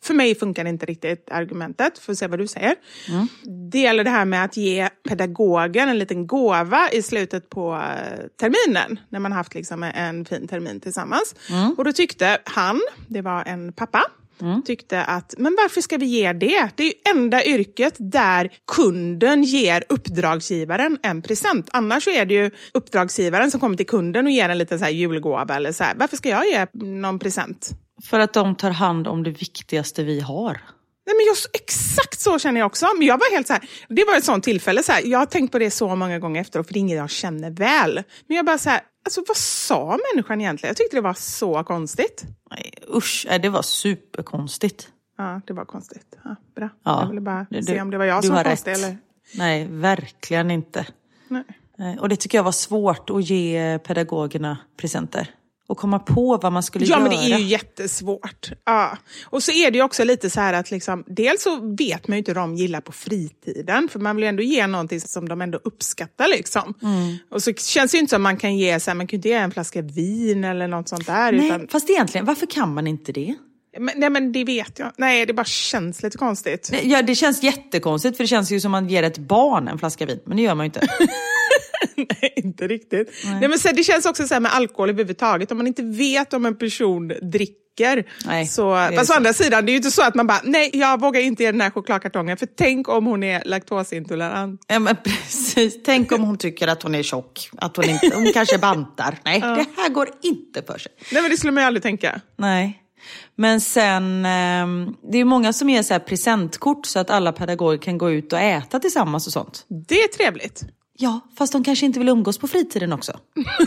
för mig funkar det inte riktigt argumentet, för att se vad du säger. Mm. Det gäller det här med att ge pedagogen en liten gåva i slutet på terminen, när man haft liksom en fin termin tillsammans. Mm. Och då tyckte han, det var en pappa, Mm. tyckte att, men varför ska vi ge det? Det är ju enda yrket där kunden ger uppdragsgivaren en present. Annars så är det ju uppdragsgivaren som kommer till kunden och ger en liten så här julgåva eller så här. Varför ska jag ge någon present? För att de tar hand om det viktigaste vi har. Nej, men jag, exakt så känner jag också. Men jag var helt så här, det var ett sånt tillfälle så här, jag har tänkt på det så många gånger efteråt, för det är inget jag känner väl. Men jag bara så här, alltså vad sa människan egentligen? Jag tyckte det var så konstigt. Nej, usch, det var superkonstigt. Ja, det var konstigt. Ja, bra. Ja, jag ville bara du, se om det var jag som var konstig eller... Nej, verkligen inte. Nej. Och det tycker jag var svårt att ge pedagogerna presenter. Och komma på vad man skulle ja, göra. Ja, men det är ju jättesvårt. Ja. Och så är det ju också lite så här att liksom, dels så vet man ju inte vad de gillar på fritiden. För man vill ju ändå ge någonting som de ändå uppskattar liksom. Mm. Och så känns det ju inte som man kan ge så här, man kan ju inte ge en flaska vin eller något sånt där. Nej, utan... fast egentligen, varför kan man inte det? Men, nej, men det vet jag. Nej, det bara känns lite konstigt. Nej, ja, det känns jättekonstigt, för det känns ju som att man ger ett barn en flaska vin. Men det gör man ju inte. Nej, inte riktigt. Nej. Nej, men så, det känns också så här med alkohol överhuvudtaget. Om man inte vet om en person dricker. Nej, så, fast å andra sidan, det är ju inte så att man bara, nej, jag vågar inte ge den här chokladkartongen. För tänk om hon är laktosintolerant. Ja, men precis. Tänk om hon tycker att hon är tjock. Att hon, inte, hon kanske bantar. Nej, ja. Det här går inte för sig. Nej, men det skulle man ju aldrig tänka. Nej. Men sen, det är ju många som ger så här presentkort så att alla pedagoger kan gå ut och äta tillsammans och sånt. Det är trevligt. Ja, fast de kanske inte vill umgås på fritiden också.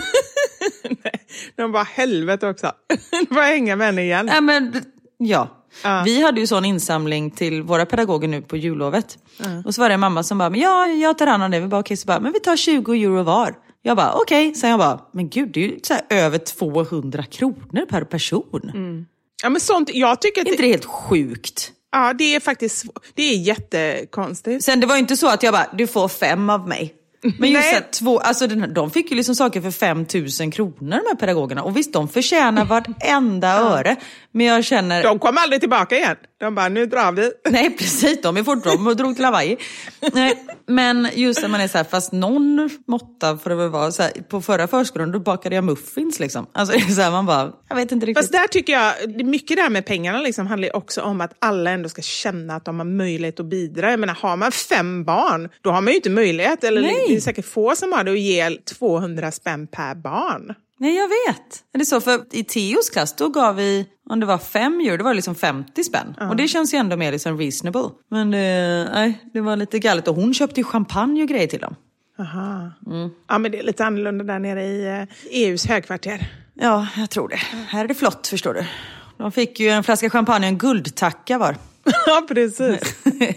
Nej, de bara helvete också. De bara hänga med henne igen. Ja, men, ja. Uh. Vi hade ju sån insamling till våra pedagoger nu på jullovet. Uh. Och så var det en mamma som bara, men ja, jag tar hand om det. Vi bara, okej, så bara, men vi tar tjugo euro var. Jag bara, okej. Så jag bara, men gud, det är ju så här över tvåhundra kronor per person. Mm. Ja, men sånt, jag tycker att det... Är inte det helt sjukt? Ja, det är faktiskt, det är jättekonstigt. Sen det var ju inte så att jag bara, du får fem av mig. Men just att två, alltså den, de fick ju liksom saker för fem tusen kronor, de här pedagogerna. Och visst, de förtjänar varenda öre. Men jag känner... De kom aldrig tillbaka igen. De bara, nu drar vi. Nej, precis. De är fortfarande och drog till Hawaii. Nej, men just när man är så här, fast någon måtta för att vara så här, på förra förskolan, då bakade jag muffins liksom. Alltså det är så här, man bara, jag vet inte riktigt. Fast där tycker jag, mycket där med pengarna liksom handlar också om att alla ändå ska känna att de har möjlighet att bidra. Jag menar, har man fem barn, då har man ju inte möjlighet, eller Nej. Det är säkert få som har det, att ge tvåhundra spänn per barn. Nej, jag vet. Är det så? För i Theos klass, då gav vi, om det var fem euro, det var liksom femtio spänn. Uh. Och det känns ju ändå mer liksom reasonable. Men det, nej, det var lite galet. Och hon köpte ju champagne och grejer till dem. Aha. Mm. Ja, men det är lite annorlunda där nere i E U:s högkvarter. Ja, jag tror det. Här är det flott, förstår du. De fick ju en flaska champagne och en guldtacka var. Ja, precis.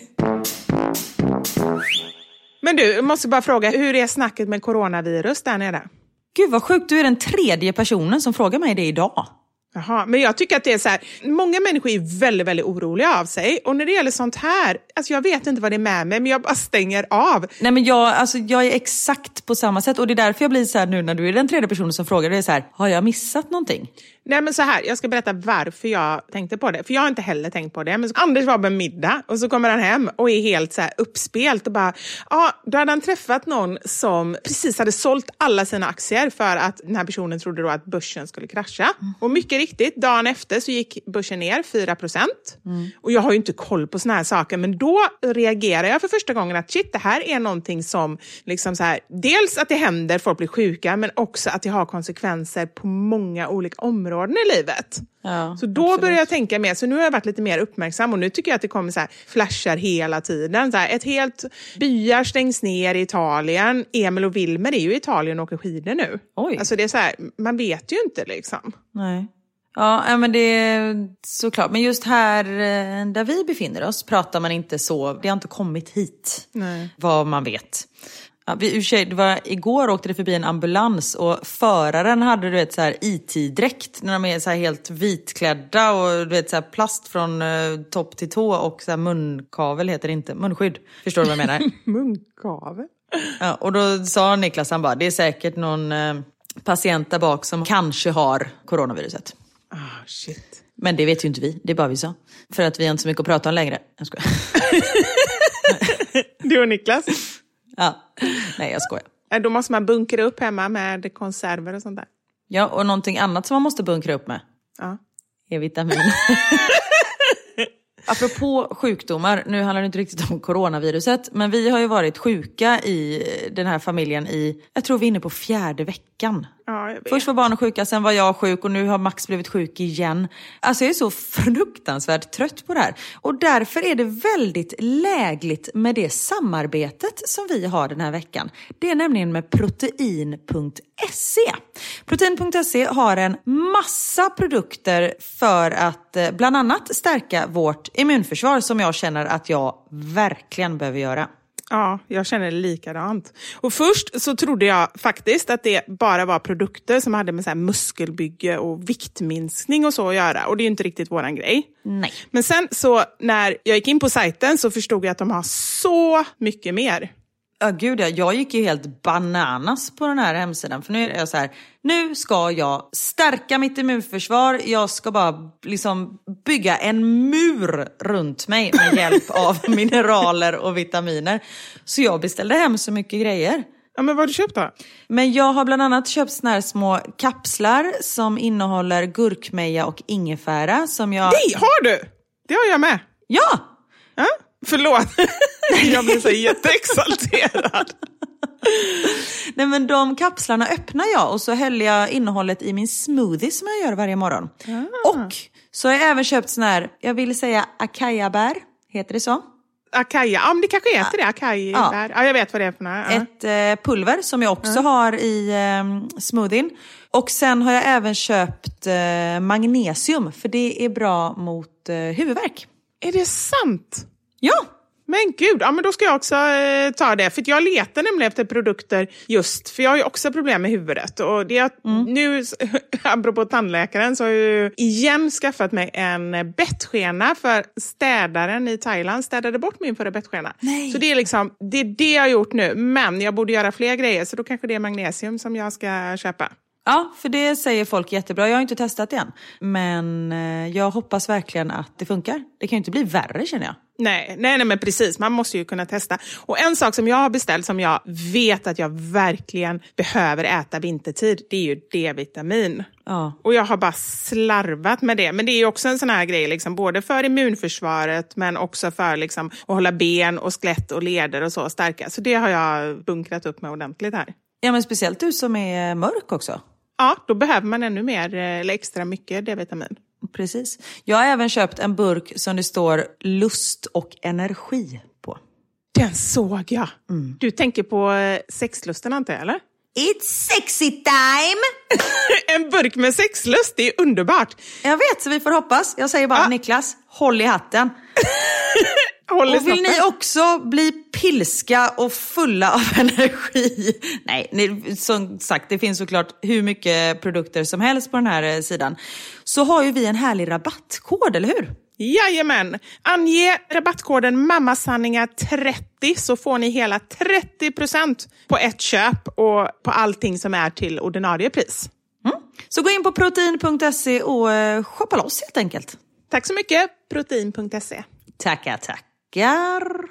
Men du, jag måste bara fråga, hur är snacket med coronavirus där nere? Gud vad sjukt, du är den tredje personen som frågar mig det idag. Jaha, men jag tycker att det är så här, många människor är väldigt, väldigt oroliga av sig. Och när det gäller sånt här, alltså jag vet inte vad det är med mig, men jag bara stänger av. Nej, men jag, alltså, jag är exakt på samma sätt. Och det är därför jag blir så här nu när du är den tredje personen som frågar. Det är så här, har jag missat någonting? Nej, men så här, jag ska berätta varför jag tänkte på det. För jag har inte heller tänkt på det. Men så, Anders var på en middag och så kommer han hem och är helt så här uppspelt. Och bara, ja, då hade han träffat någon som precis hade sålt alla sina aktier för att den här personen trodde då att börsen skulle krascha. Mm. Och mycket riktigt, dagen efter så gick börsen ner fyra procent. Mm. Och jag har ju inte koll på såna här saker. Men då reagerar jag för första gången att shit, det här är någonting som liksom så här, dels att det händer, folk blir sjuka, men också att det har konsekvenser på många olika områden i livet. Ja, så då absolut. börjar jag tänka mer. Så nu har jag varit lite mer uppmärksam och nu tycker jag att det kommer så här flashar hela tiden. Så här, ett helt byar stängs ner i Italien. Emil och Wilmer är ju i Italien och åker skidor nu. Oj. Alltså det är så här, man vet ju inte liksom. Nej. Ja, men det är såklart. Men just här där vi befinner oss pratar man inte så. Det har inte kommit hit. Nej. Vad man vet. Ja, vi, det var, igår åkte det förbi en ambulans och föraren hade, du vet, så här I T-dräkt när de är så här helt vitklädda och du vet så här plast från uh, topp till tå och så här munkavel heter det inte, munskydd. Förstår du vad jag menar? Munkavel? Ja, och då sa Niklas, han bara, det är säkert någon uh, patient där bak som kanske har coronaviruset. Ah, shit. Men det vet ju inte vi, det är bara vi sa. För att vi har inte så mycket att prata om längre. Jag skojar. Du och Niklas? Ja, nej jag skojar. Då måste man bunkra upp hemma med konserver och sånt där. Ja, och någonting annat som man måste bunkra upp med. Ja. Är vitamin. Apropå sjukdomar, nu handlar det inte riktigt om coronaviruset, men vi har ju varit sjuka i den här familjen i, jag tror vi är inne på fjärde veckan. Ja, jag vet. Först var barnen sjuka, sen var jag sjuk och nu har Max blivit sjuk igen. Alltså jag är så fruktansvärt trött på det här. Och därför är det väldigt lägligt med det samarbetet som vi har den här veckan. Det är nämligen med protein punkt se. protein punkt se har en massa produkter för att eh, bland annat stärka vårt immunförsvar som jag känner att jag verkligen behöver göra. Ja, jag känner likadant. Och först så trodde jag faktiskt att det bara var produkter som hade med så här muskelbygge och viktminskning och så att göra. Och det är ju inte riktigt våran grej. Nej. Men sen så när jag gick in på sajten så förstod jag att de har så mycket mer. Ja gud ja, jag gick ju helt bananas på den här hemsidan. För nu är jag så här, nu ska jag stärka mitt immunförsvar. Jag ska bara liksom bygga en mur runt mig med hjälp av mineraler och vitaminer. Så jag beställde hem så mycket grejer. Ja, men vad har du köpt då? Men jag har bland annat köpt såna här små kapslar som innehåller gurkmeja och ingefära. Som jag... Nej, har du? Det har jag med. Ja! Ja, förlåt. Jag blir så jätteexalterad. Nej men de kapslarna öppnar jag och så häller jag innehållet i min smoothie som jag gör varje morgon. Ah. Och så har jag även köpt sån här, jag vill säga acai-bär, heter det så? Acai, ja men det kanske heter det, acai-bär. Ja. ja, jag vet vad det är för några. Ja. Ett eh, pulver som jag också ja. har i eh, smoothien. Och sen har jag även köpt eh, magnesium för det är bra mot eh, huvudvärk. Är det sant? Ja. Men gud, ja men då ska jag också eh, ta det. För jag letar nämligen efter produkter just, för jag har ju också problem med huvudet. Och det är mm. nu, apropå tandläkaren, så har jag igen skaffat mig en bettskena för städaren i Thailand städade bort min förra bettskena. Nej. Så det är liksom, det är det jag har gjort nu. Men jag borde göra fler grejer, så då kanske det är magnesium som jag ska köpa. Ja, för det säger folk jättebra. Jag har inte testat det än. Men eh, jag hoppas verkligen att det funkar. Det kan ju inte bli värre, känner jag. Nej, nej, nej, men precis. Man måste ju kunna testa. Och en sak som jag har beställt som jag vet att jag verkligen behöver äta vintertid, det är ju D-vitamin. Ja. Och jag har bara slarvat med det. Men det är ju också en sån här grej, liksom, både för immunförsvaret men också för liksom, att hålla ben och skelett och leder och så starka. Så det har jag bunkrat upp med ordentligt här. Ja, men speciellt du som är mörk också. Ja, då behöver man ännu mer eller extra mycket D-vitamin. Precis. Jag har även köpt en burk som det står lust och energi på. Den såg jag. Mm. Du tänker på sexlusten, inte eller? It's sexy time! En burk med sexlust, det är underbart. Jag vet, så vi får hoppas. Jag säger bara ja. Niklas, håll i hatten. Håll i och vill snoppen. ni också bli pilska och fulla av energi? Nej, ni, som sagt, det finns såklart hur mycket produkter som helst på den här sidan. Så har ju vi en härlig rabattkod, eller hur? Jajamän! Ange rabattkoden mammasanningar trettio så får ni hela trettio procent på ett köp och på allting som är till ordinarie pris. Mm. Så gå in på protein punkt se och uh, shoppa loss helt enkelt. Tack så mycket, protein punkt se. Tackar, tackar.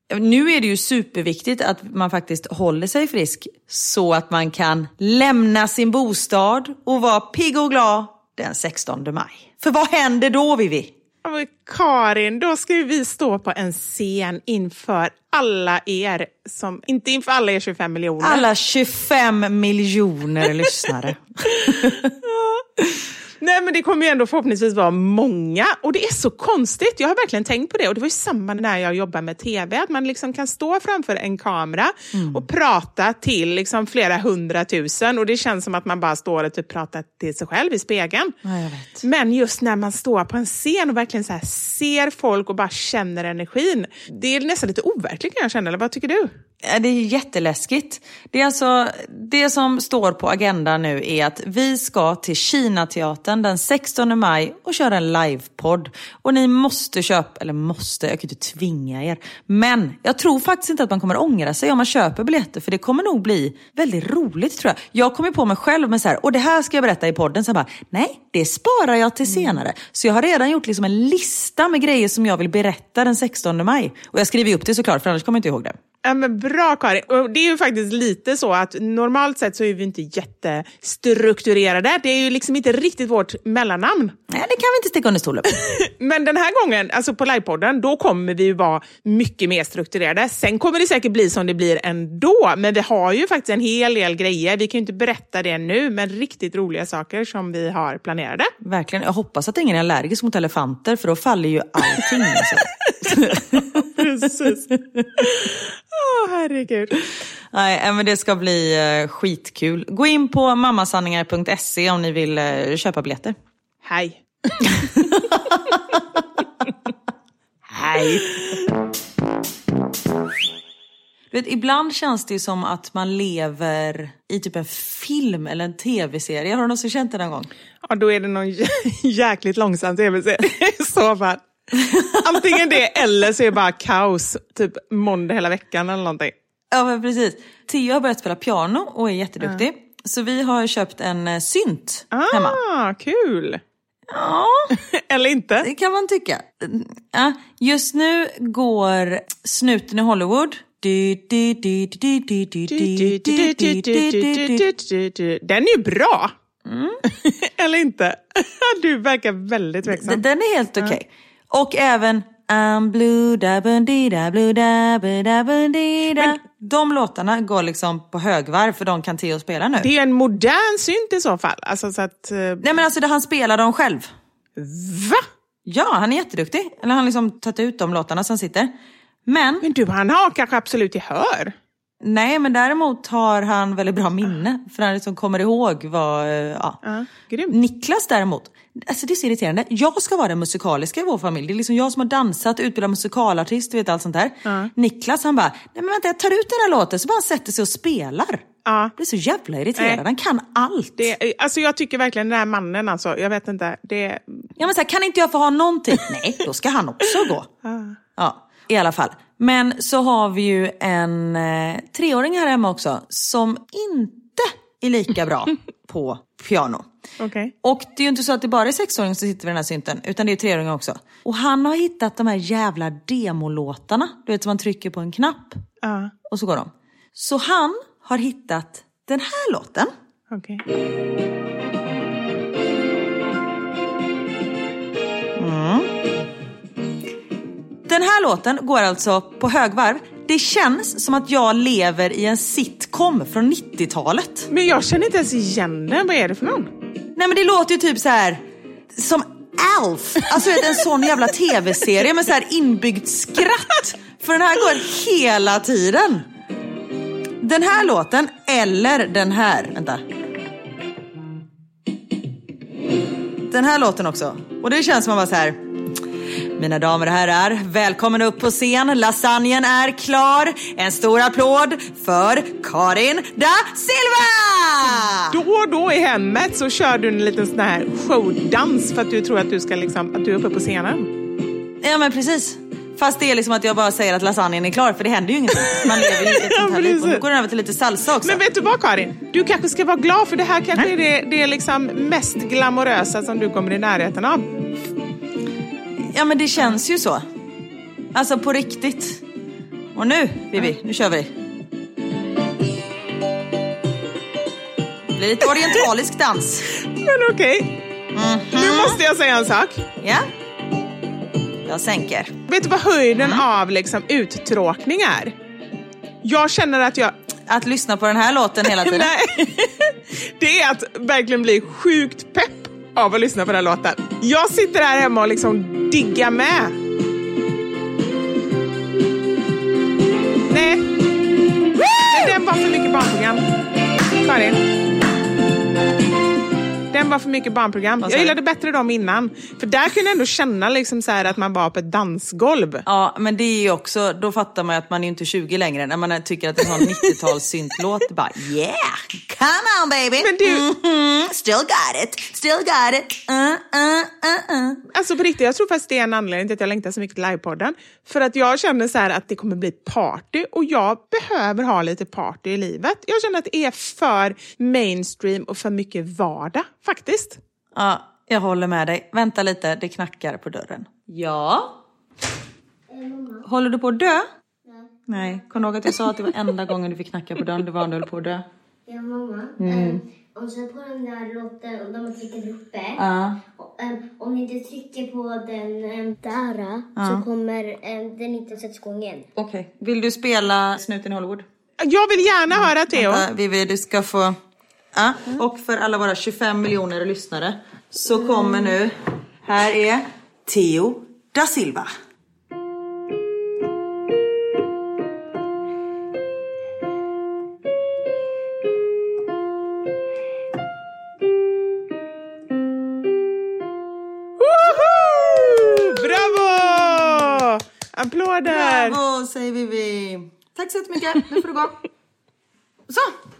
Nu är det ju superviktigt att man faktiskt håller sig frisk så att man kan lämna sin bostad och vara pigg och glad den sextonde maj. För vad händer då, Vivi? Ja, Karin, då ska vi stå på en scen inför alla er, som inte inför alla er tjugofem miljoner. Alla tjugofem miljoner lyssnare. Nej, men det kommer ju ändå förhoppningsvis vara många. Och det är så konstigt. Jag har verkligen tänkt på det. Och det var ju samma när jag jobbar med tv. Att man liksom kan stå framför en kamera mm. och prata till liksom flera hundratusen. Och det känns som att man bara står och typ pratar till sig själv i spegeln. Ja, jag vet. Men just när man står på en scen och verkligen så här ser folk och bara känner energin. Det är nästan lite overkligt kan jag känna. Eller vad tycker du? Det är jätteläskigt. Det är alltså, det som står på agendan nu är att vi ska till Kinateatern den sextonde maj och köra en livepodd. Och ni måste köpa, eller måste, jag kan inte tvinga er. Men jag tror faktiskt inte att man kommer ångra sig om man köper biljetter. För det kommer nog bli väldigt roligt, tror jag. Jag kommer på mig själv med så här, och det här ska jag berätta i podden. Så jag bara, nej, det sparar jag till senare. Mm. Så jag har redan gjort liksom en lista med grejer som jag vill berätta den sextonde maj. Och jag skriver upp det såklart, för annars kommer jag inte ihåg det. Ja, men bra, Karin. Och det är ju faktiskt lite så att normalt sett så är vi inte jättestrukturerade. Det är ju liksom inte riktigt vårt mellannamn. Nej, det kan vi inte sticka under stolen. Men den här gången, alltså på livepodden, då kommer vi ju vara mycket mer strukturerade. Sen kommer det säkert bli som det blir ändå. Men vi har ju faktiskt en hel del grejer. Vi kan ju inte berätta det nu, men riktigt roliga saker som vi har planerade. Verkligen. Jag hoppas att ingen är allergisk mot elefanter, för då faller ju allting. Alltså. Precis. Åh, oh, herregud. Nej, men det ska bli uh, skitkul. Gå in på mammasanningar punkt se om ni vill uh, köpa biljetter. Hej. Hej. Du vet, ibland känns det som att man lever i typ en film eller en tv-serie. Har du någonsin känt det någon gång? Ja, då är det någon jä- jäkligt långsam tv-serie. I så fall. Antingen det eller så är det bara kaos. Typ måndag hela veckan eller någonting. Ja, men precis. Theo har börjat spela piano och är jätteduktig. Mm. Så vi har köpt en uh, synt ah, hemma. Ah, kul. Ja. Eller inte. Det kan man tycka. Ja, just nu går Snuten i Hollywood. Den är ju bra. Mm. Eller inte. Du verkar väldigt tveksam. Den är helt okej. Okay. Och även I'm blue da bundida blue da da bundida. Men de låtarna går liksom på högvarv, för de kan Theo spela nu. Det är en modern synt i så fall. Alltså så att uh... Nej, men alltså det, han spelar dem själv. Va? Ja, han är jätteduktig. Eller han liksom tagit ut de låtarna som sitter. Men Men du, han har kanske absolut gehör. Nej, men däremot har han väldigt bra minne. För han liksom kommer ihåg vad... Ja. Uh, grymt. Niklas däremot, alltså det är så irriterande. Jag ska vara den musikaliska i vår familj. Det är liksom jag som har dansat, utbildat musikalartist, vet allt sånt där. Uh. Niklas, han bara, nej men vänta, jag tar ut den här låten. Så bara han sätter sig och spelar. Uh. Det är så jävla irriterande. Nej. Han kan allt. Det, alltså jag tycker verkligen den här mannen, alltså, jag vet inte. Det... Ja, men så här, kan inte jag få ha någonting? Nej, då ska han också gå. Uh. Ja, i alla fall. Men så har vi ju en eh, treåring här hemma också som inte är lika bra på piano. Okay. Och det är ju inte så att det bara är sexåringar som sitter vid den här synten, utan det är treåringar också. Och han har hittat de här jävla demolåtarna. Du vet, som man trycker på en knapp uh. och så går de. Så han har hittat den här låten. Okej. Okay. Mm. Den här låten går alltså på högvarv. Det känns som att jag lever i en sitcom från nittiotalet. Men jag känner inte ens igen den. Vad är det för någon? Nej, men det låter ju typ så här som Alf. Alltså en sån jävla tv-serie med så här inbyggt skratt. För den här går hela tiden. Den här låten eller den här. Vänta. Den här låten också. Och det känns som att man bara så här... Mina damer och herrar, välkommen upp på scen. Lasagnen är klar. En stor applåd för Karin da Silva! Då och då i hemmet så kör du en liten sån här showdans för att du tror att du ska liksom, att du är uppe på scenen. Ja, men precis. Fast det är liksom att jag bara säger att lasagnen är klar, för det händer ju ingenting. Man lever ju ett sånt här liv. Och nu går den över till lite salsa också. Men vet du vad, Karin? Du kanske ska vara glad, för det här kanske Nej. är det, det är liksom mest glamorösa som du kommer i närheten av. Ja, men det känns ju så. Alltså på riktigt. Och nu, Bibi, nu kör vi. Det blir lite orientalisk dans. Men okej. Okay. Mm-hmm. Nu måste jag säga en sak. Ja. Jag sänker. Vet du vad höjden mm. av liksom uttråkning är? Jag känner att jag... Att lyssna på den här låten hela tiden? Nej. Det är att verkligen bli sjukt pepp av att lyssna på den här låten. Jag sitter här hemma och liksom diggar med. Nej. Nej, den var för mycket barnprogram. Karin. Den var för mycket barnprogram. Jag gillade bättre dem innan. För där kunde jag ändå känna liksom så här att man var på ett dansgolv. Ja, men det är ju också, då fattar man att man är inte tjugo längre. När man tycker att det är en nittio-tals syntlåt. Bara, yeah, come on baby. Men du... Mm-hmm. Still got it, still got it. Uh, uh, uh, uh. Alltså på riktigt, jag tror faktiskt det är en anledning till att jag längtar så mycket till livepodden. För att jag känner så här att det kommer bli party. Och jag behöver ha lite party i livet. Jag känner att det är för mainstream och för mycket vardag, faktiskt. Ja, jag håller med dig. Vänta lite, det knackar på dörren. Ja? Mamma. Håller du på att dö? Nej. Nej, kom ihåg att jag sa att det var enda gången du fick knacka på dörren. Det var när du höll på att dö. Ja, mamma. Mm. Um, om du sätter på den där låten och de har tryckt uppe. Ja. Och, um, om ni inte trycker på den um, där Ja. så kommer um, den inte sättas igång igen. Okej, okay. Vill du spela Snuten i Hollywood? Jag vill gärna mm. höra Theo. Vänta, vi vill, du ska få... Ja. Mm. Och för alla våra tjugofem miljoner lyssnare så kommer nu... Här är Theo da Silva. Bravo! Applåder! Bravo, säger vi. Tack så mycket. Nu får du gå. Så.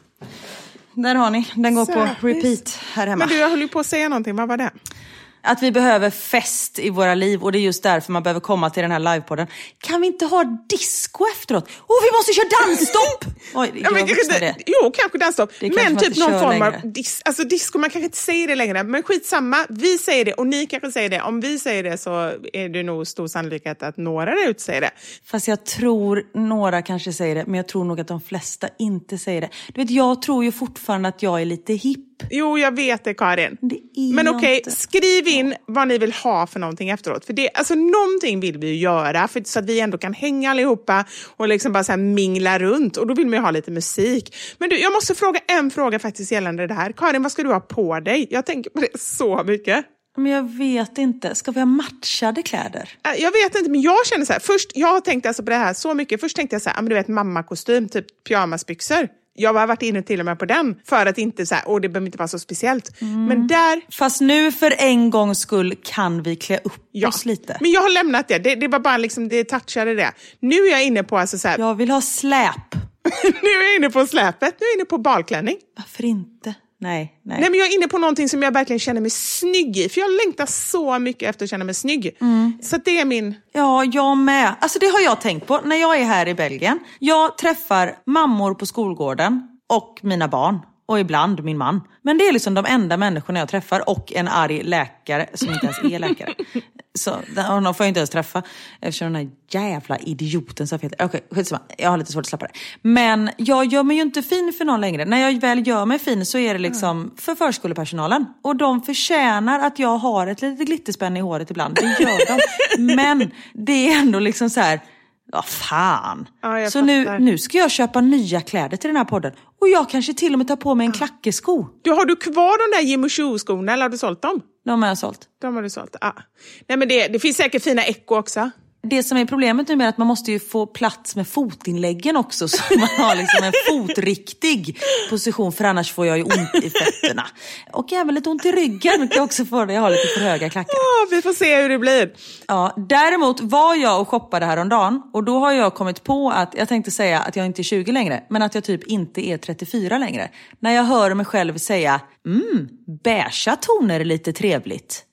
Där har ni. Den går Säkert. på repeat här hemma. Men du, jag höll ju på att säga någonting. Vad var det? Att vi behöver fest i våra liv. Och det är just därför man behöver komma till den här livepodden. Kan vi inte ha disco efteråt? Åh, oh, vi måste köra dansstopp! Oj, ja, men, kanske det. Jo, kanske dansstopp. Men typ någon form längre. av dis- alltså disco, man kanske inte säger det längre. Men skitsamma, vi säger det och ni kanske säger det. Om vi säger det så är det nog stor sannolikhet att några där ute säger det. Fast jag tror några kanske säger det. Men jag tror nog att de flesta inte säger det. Du vet, jag tror ju fortfarande att jag är lite hipp. Jo, jag vet det, Karin. Det är men okej, okay, skriv in vad ni vill ha för någonting efteråt. För det, alltså någonting vill vi ju göra för, så att vi ändå kan hänga allihopa och liksom bara så här mingla runt. Och då vill man ju ha lite musik. Men du, jag måste fråga en fråga faktiskt gällande det här. Karin, vad ska du ha på dig? Jag tänker på det så mycket. Men jag vet inte. Ska vi ha matchade kläder? Jag vet inte, men jag känner så här. Först, jag har tänkt alltså på det här så mycket. Först tänkte jag så här, men du vet, mammakostym, typ pyjamasbyxor. Jag har varit inne till och med på den. För att inte så här, åh, det behöver inte vara så speciellt. Mm. Men där... Fast nu för en gångs skull kan vi klä upp ja. oss lite. Men jag har lämnat det. Det, det var bara liksom, det touchade det. Nu är jag inne på alltså så här... Jag vill ha släp. Nu är jag inne på släpet. Nu är jag inne på balklänning. Varför inte? Nej, nej. Nej, men jag är inne på någonting som jag verkligen känner mig snygg i. För jag längtar så mycket efter att känna mig snygg. Mm. Så det är min... Ja, jag med. Alltså det har jag tänkt på när jag är här i Belgien. Jag träffar mammor på skolgården och mina barn. Och ibland min man. Men det är liksom de enda människorna jag träffar. Och en arg läkare som inte ens är läkare. Så honom får jag inte ens träffa. Eftersom den här jävla idioten så fet. Okej, skitsamma. Jag har lite svårt att släppa det. Men jag gör mig ju inte fin för någon längre. När jag väl gör mig fin så är det liksom för förskolepersonalen. Och de förtjänar att jag har ett litet glitterspänn i håret ibland. Det gör de. Men det är ändå liksom så här... Ja, fan. Ja, så nu, nu ska jag köpa nya kläder till den här podden. Och jag kanske till och med tar på mig en klackesko. Du, har du kvar de där Jimmy Choo-skorna eller har du sålt dem? De har jag sålt. De har du sålt, ja. Nej, men det, det finns säkert fina Echo också. Det som är problemet nu är att man måste ju få plats med fotinläggen också. Så man har liksom en fotriktig position. För annars får jag ju ont i fötterna. Och även lite ont i ryggen. Jag också får det. Jag har lite för höga klackar. Oh, vi får se hur det blir. Ja, däremot var jag och shoppade häromdagen. Och då har jag kommit på att jag tänkte säga att jag inte är tjugo längre. Men att jag typ inte är trettiofyra längre. När jag hör mig själv säga mm, beiga toner är lite trevligt.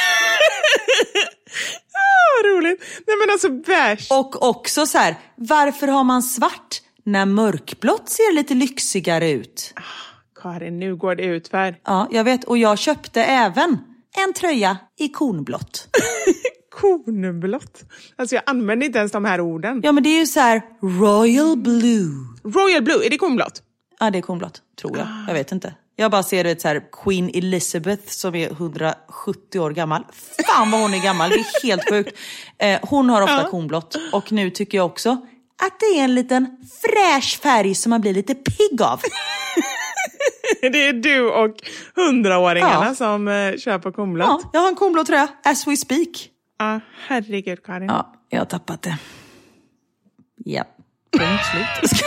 Roligt. Nej, men alltså beige. Och också så här, varför har man svart när mörkblått ser lite lyxigare ut? Ah, Karin, nu går det ut för. Ja, jag vet. Och jag köpte även en tröja i kornblått. Kornblått? Alltså jag använder inte ens de här orden. Ja, men det är ju så här Royal Blue. Royal Blue, är det kornblått? Ja, det är kornblått, tror jag. Jag vet inte. Jag bara ser det så här Queen Elizabeth som är hundrasjuttio år gammal. Fan vad hon är gammal, det är helt sjukt. Eh, hon har ofta ja. kornblått. Och nu tycker jag också att det är en liten fräsch färg som man blir lite pigg av. Det är du och hundraåringarna ja. som eh, köper kornblått. Ja, jag har en kornblå tröja, as we speak. Ja, herregud Karin. Ja, jag har tappat det. Ja, punkt slut.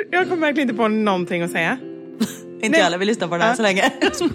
Jag kommer verkligen inte på någonting att säga. Inte Nej. alla vill lyssna på det här ja. så länge.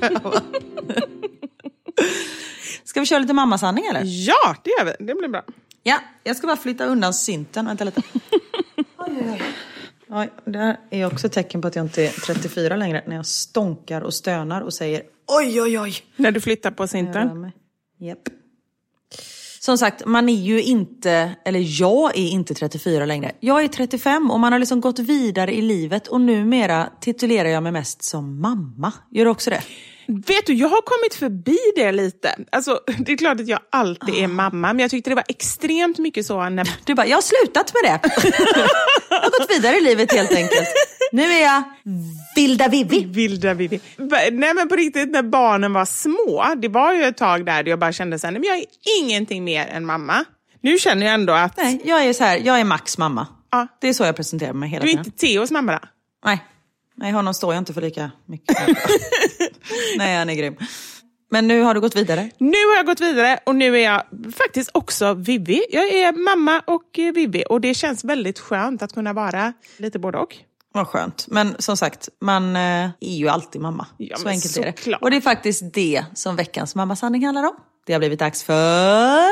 Ska vi köra lite mammasanning eller? Ja, det gör vi. Det blir bra. Ja, jag ska bara flytta undan synten. Vänta lite. Oj, oj, oj. Oj, det här är också ett tecken på att jag inte är trettiofyra längre. När jag stonkar och stönar och säger oj, oj, oj. När du flyttar på synten? Japp. Som sagt, man är ju inte, eller jag är inte trettiofyra längre. Jag är trettiofem och man har liksom gått vidare i livet. Och numera titulerar jag mig mest som mamma. Gör du också det? Vet du, jag har kommit förbi det lite. Alltså, det är klart att jag alltid är mamma. Men jag tyckte det var extremt mycket så när... Du bara, jag har slutat med det. Jag har gått vidare i livet helt enkelt. Nu är jag vilda Vivi. Vilda Vivi. Nej men på riktigt, när barnen var små. Det var ju ett tag där jag bara kände så här, nej, men jag är ingenting mer än mamma. Nu känner jag ändå att... Nej, jag är så här, jag är Max mamma. Ja. Det är så jag presenterar mig hela tiden. tiden. Du är inte Theos mamma då? Nej. Nej, honom står jag inte för lika mycket. Nej, han är grym. Men nu har du gått vidare? Nu har jag gått vidare och nu är jag faktiskt också Vivi. Jag är mamma och Vivi och det känns väldigt skönt att kunna vara lite både och. Vad skönt. Men som sagt, man är ju alltid mamma. Ja, så enkelt så är det. Klart. Och det är faktiskt det som veckans mammasanning handlar om. Det har blivit dags för...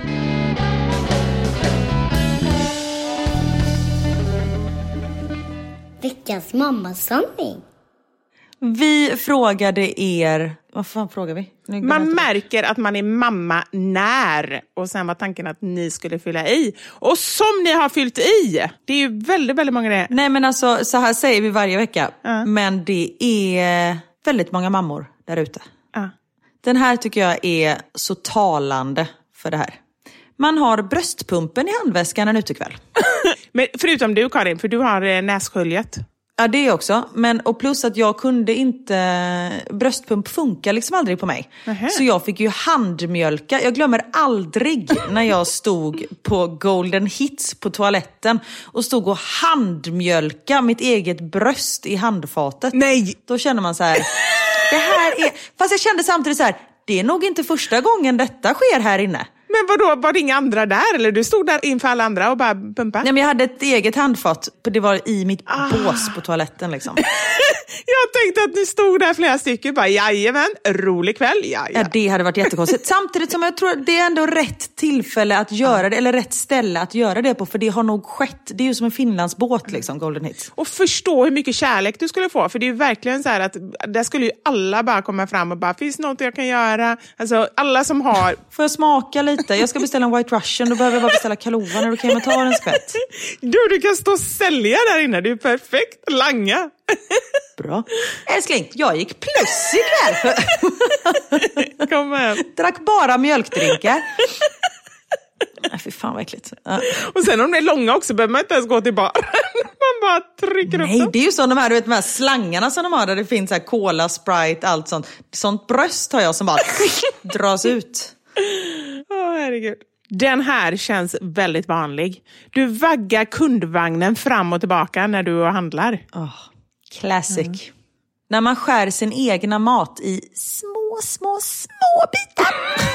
Veckans mammasanning. Vi frågade er... Vad fan frågar vi? Man märker att man är mamma när. Och sen var tanken att ni skulle fylla i. Och som ni har fyllt i. Det är ju väldigt, väldigt många det. Nej men alltså, så här säger vi varje vecka. Uh. Men det är väldigt många mammor där ute. Uh. Den här tycker jag är så talande för det här. Man har bröstpumpen i handväskan en utekväll. Men förutom du Karin, för du har nässköljet. Ja, det också. Men, och plus att jag kunde inte... Bröstpump funkar liksom aldrig på mig. Uh-huh. Så jag fick ju handmjölka. Jag glömmer aldrig när jag stod på Golden Hits på toaletten. Och stod och handmjölka mitt eget bröst i handfatet. Nej! Då känner man så här... Det här är... Fast jag kände samtidigt så här... Det är nog inte första gången detta sker här inne. Men vadå, var det inga andra där? Eller du stod där inför alla andra och bara pumpa? Nej, men jag hade ett eget handfat. Det var i mitt ah. bås på toaletten liksom. Jag tänkte att ni stod där flera stycken. Bara, jajamän, rolig kväll. Ja, ja. Ja, det hade varit jättekonstigt. Samtidigt som jag tror att det är ändå rätt tillfälle att göra det. Eller rätt ställe att göra det på. För det har nog skett. Det är ju som en Finlandsbåt liksom, Golden Hits. Och förstå hur mycket kärlek du skulle få. För det är ju verkligen så här att där skulle ju alla bara komma fram och bara, finns något jag kan göra? Alltså alla som har... Får jag smaka lite? Jag ska beställa en White Russian. Då behöver jag bara beställa Kalova. Då kan jag ta en skvätt. Du, du kan stå och sälja där inne. Det är perfekt. Langa. Bra. Älskling, jag gick plus ikväll. Kom igen. Drack bara mjölkdrinkar. Nej, fy fan vad äckligt. Ja. Och sen om det är långa också behöver man inte ens gå till bar. Man bara trycker upp Nej, dem. det är ju så de här, du vet, de här slangarna som de har där det finns så här cola, Sprite, allt sånt. Sånt bröst har jag som bara dras ut. Åh, oh, herregud. Den här känns väldigt vanlig. Du vaggar kundvagnen fram och tillbaka när du handlar. Oh, classic. Mm. När man skär sin egna mat i små, små, små bitar.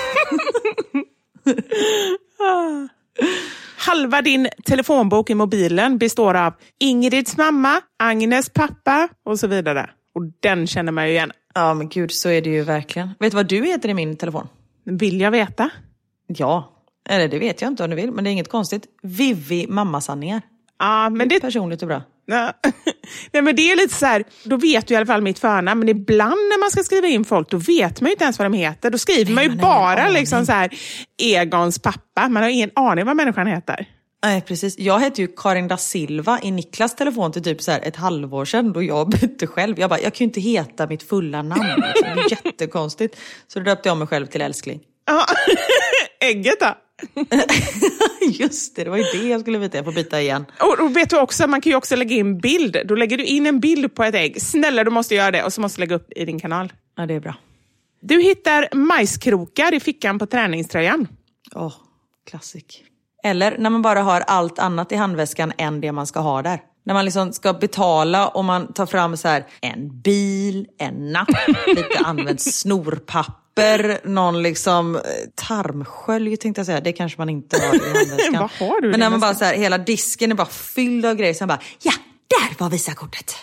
ah. Halva din telefonbok i mobilen består av Ingrids mamma, Agnes pappa och så vidare. Och den känner man ju igen. Ja, men gud, så är det ju verkligen. Vet du vad du heter i min telefon? Vill jag veta? Ja, eller det vet jag inte om du vill, men det är inget konstigt. Vivi mammasanningar. Ja, men det är personligt och bra. Ja. Nej, men det är lite så här, då vet du i alla fall mitt förnamn, men ibland när man ska skriva in folk, då vet man ju inte ens vad de heter. Då skriver Nej, man ju man bara liksom så här Egons pappa. Man har ingen aning vad människan heter. Nej, precis. Jag heter ju Karin da Silva i Niklas telefon till typ så här ett halvår sedan då jag bytte själv. Jag bara, jag kan ju inte heta mitt fulla namn. Liksom. Det är jättekonstigt. Så då döpte jag mig själv till älskling. Ja, ägget då? Just det, det var ju det jag skulle veta. Jag får byta igen. Och, och vet du också, man kan ju också lägga in bild. Då lägger du in en bild på ett ägg. Snälla, du måste göra det. Och så måste du lägga upp i din kanal. Ja, det är bra. Du hittar majskrokar i fickan på träningströjan. Åh, oh, klassik. Eller när man bara har allt annat i handväskan än det man ska ha där. När man liksom ska betala och man tar fram så här en bil, en napp, lite använt snorpapper, någon liksom tarmskölj tänkte jag säga. Det kanske man inte har i handväskan. Vad har du? Men när man bara så här, hela disken är bara fylld av grejer. Så man bara, ja, Där var visakortet.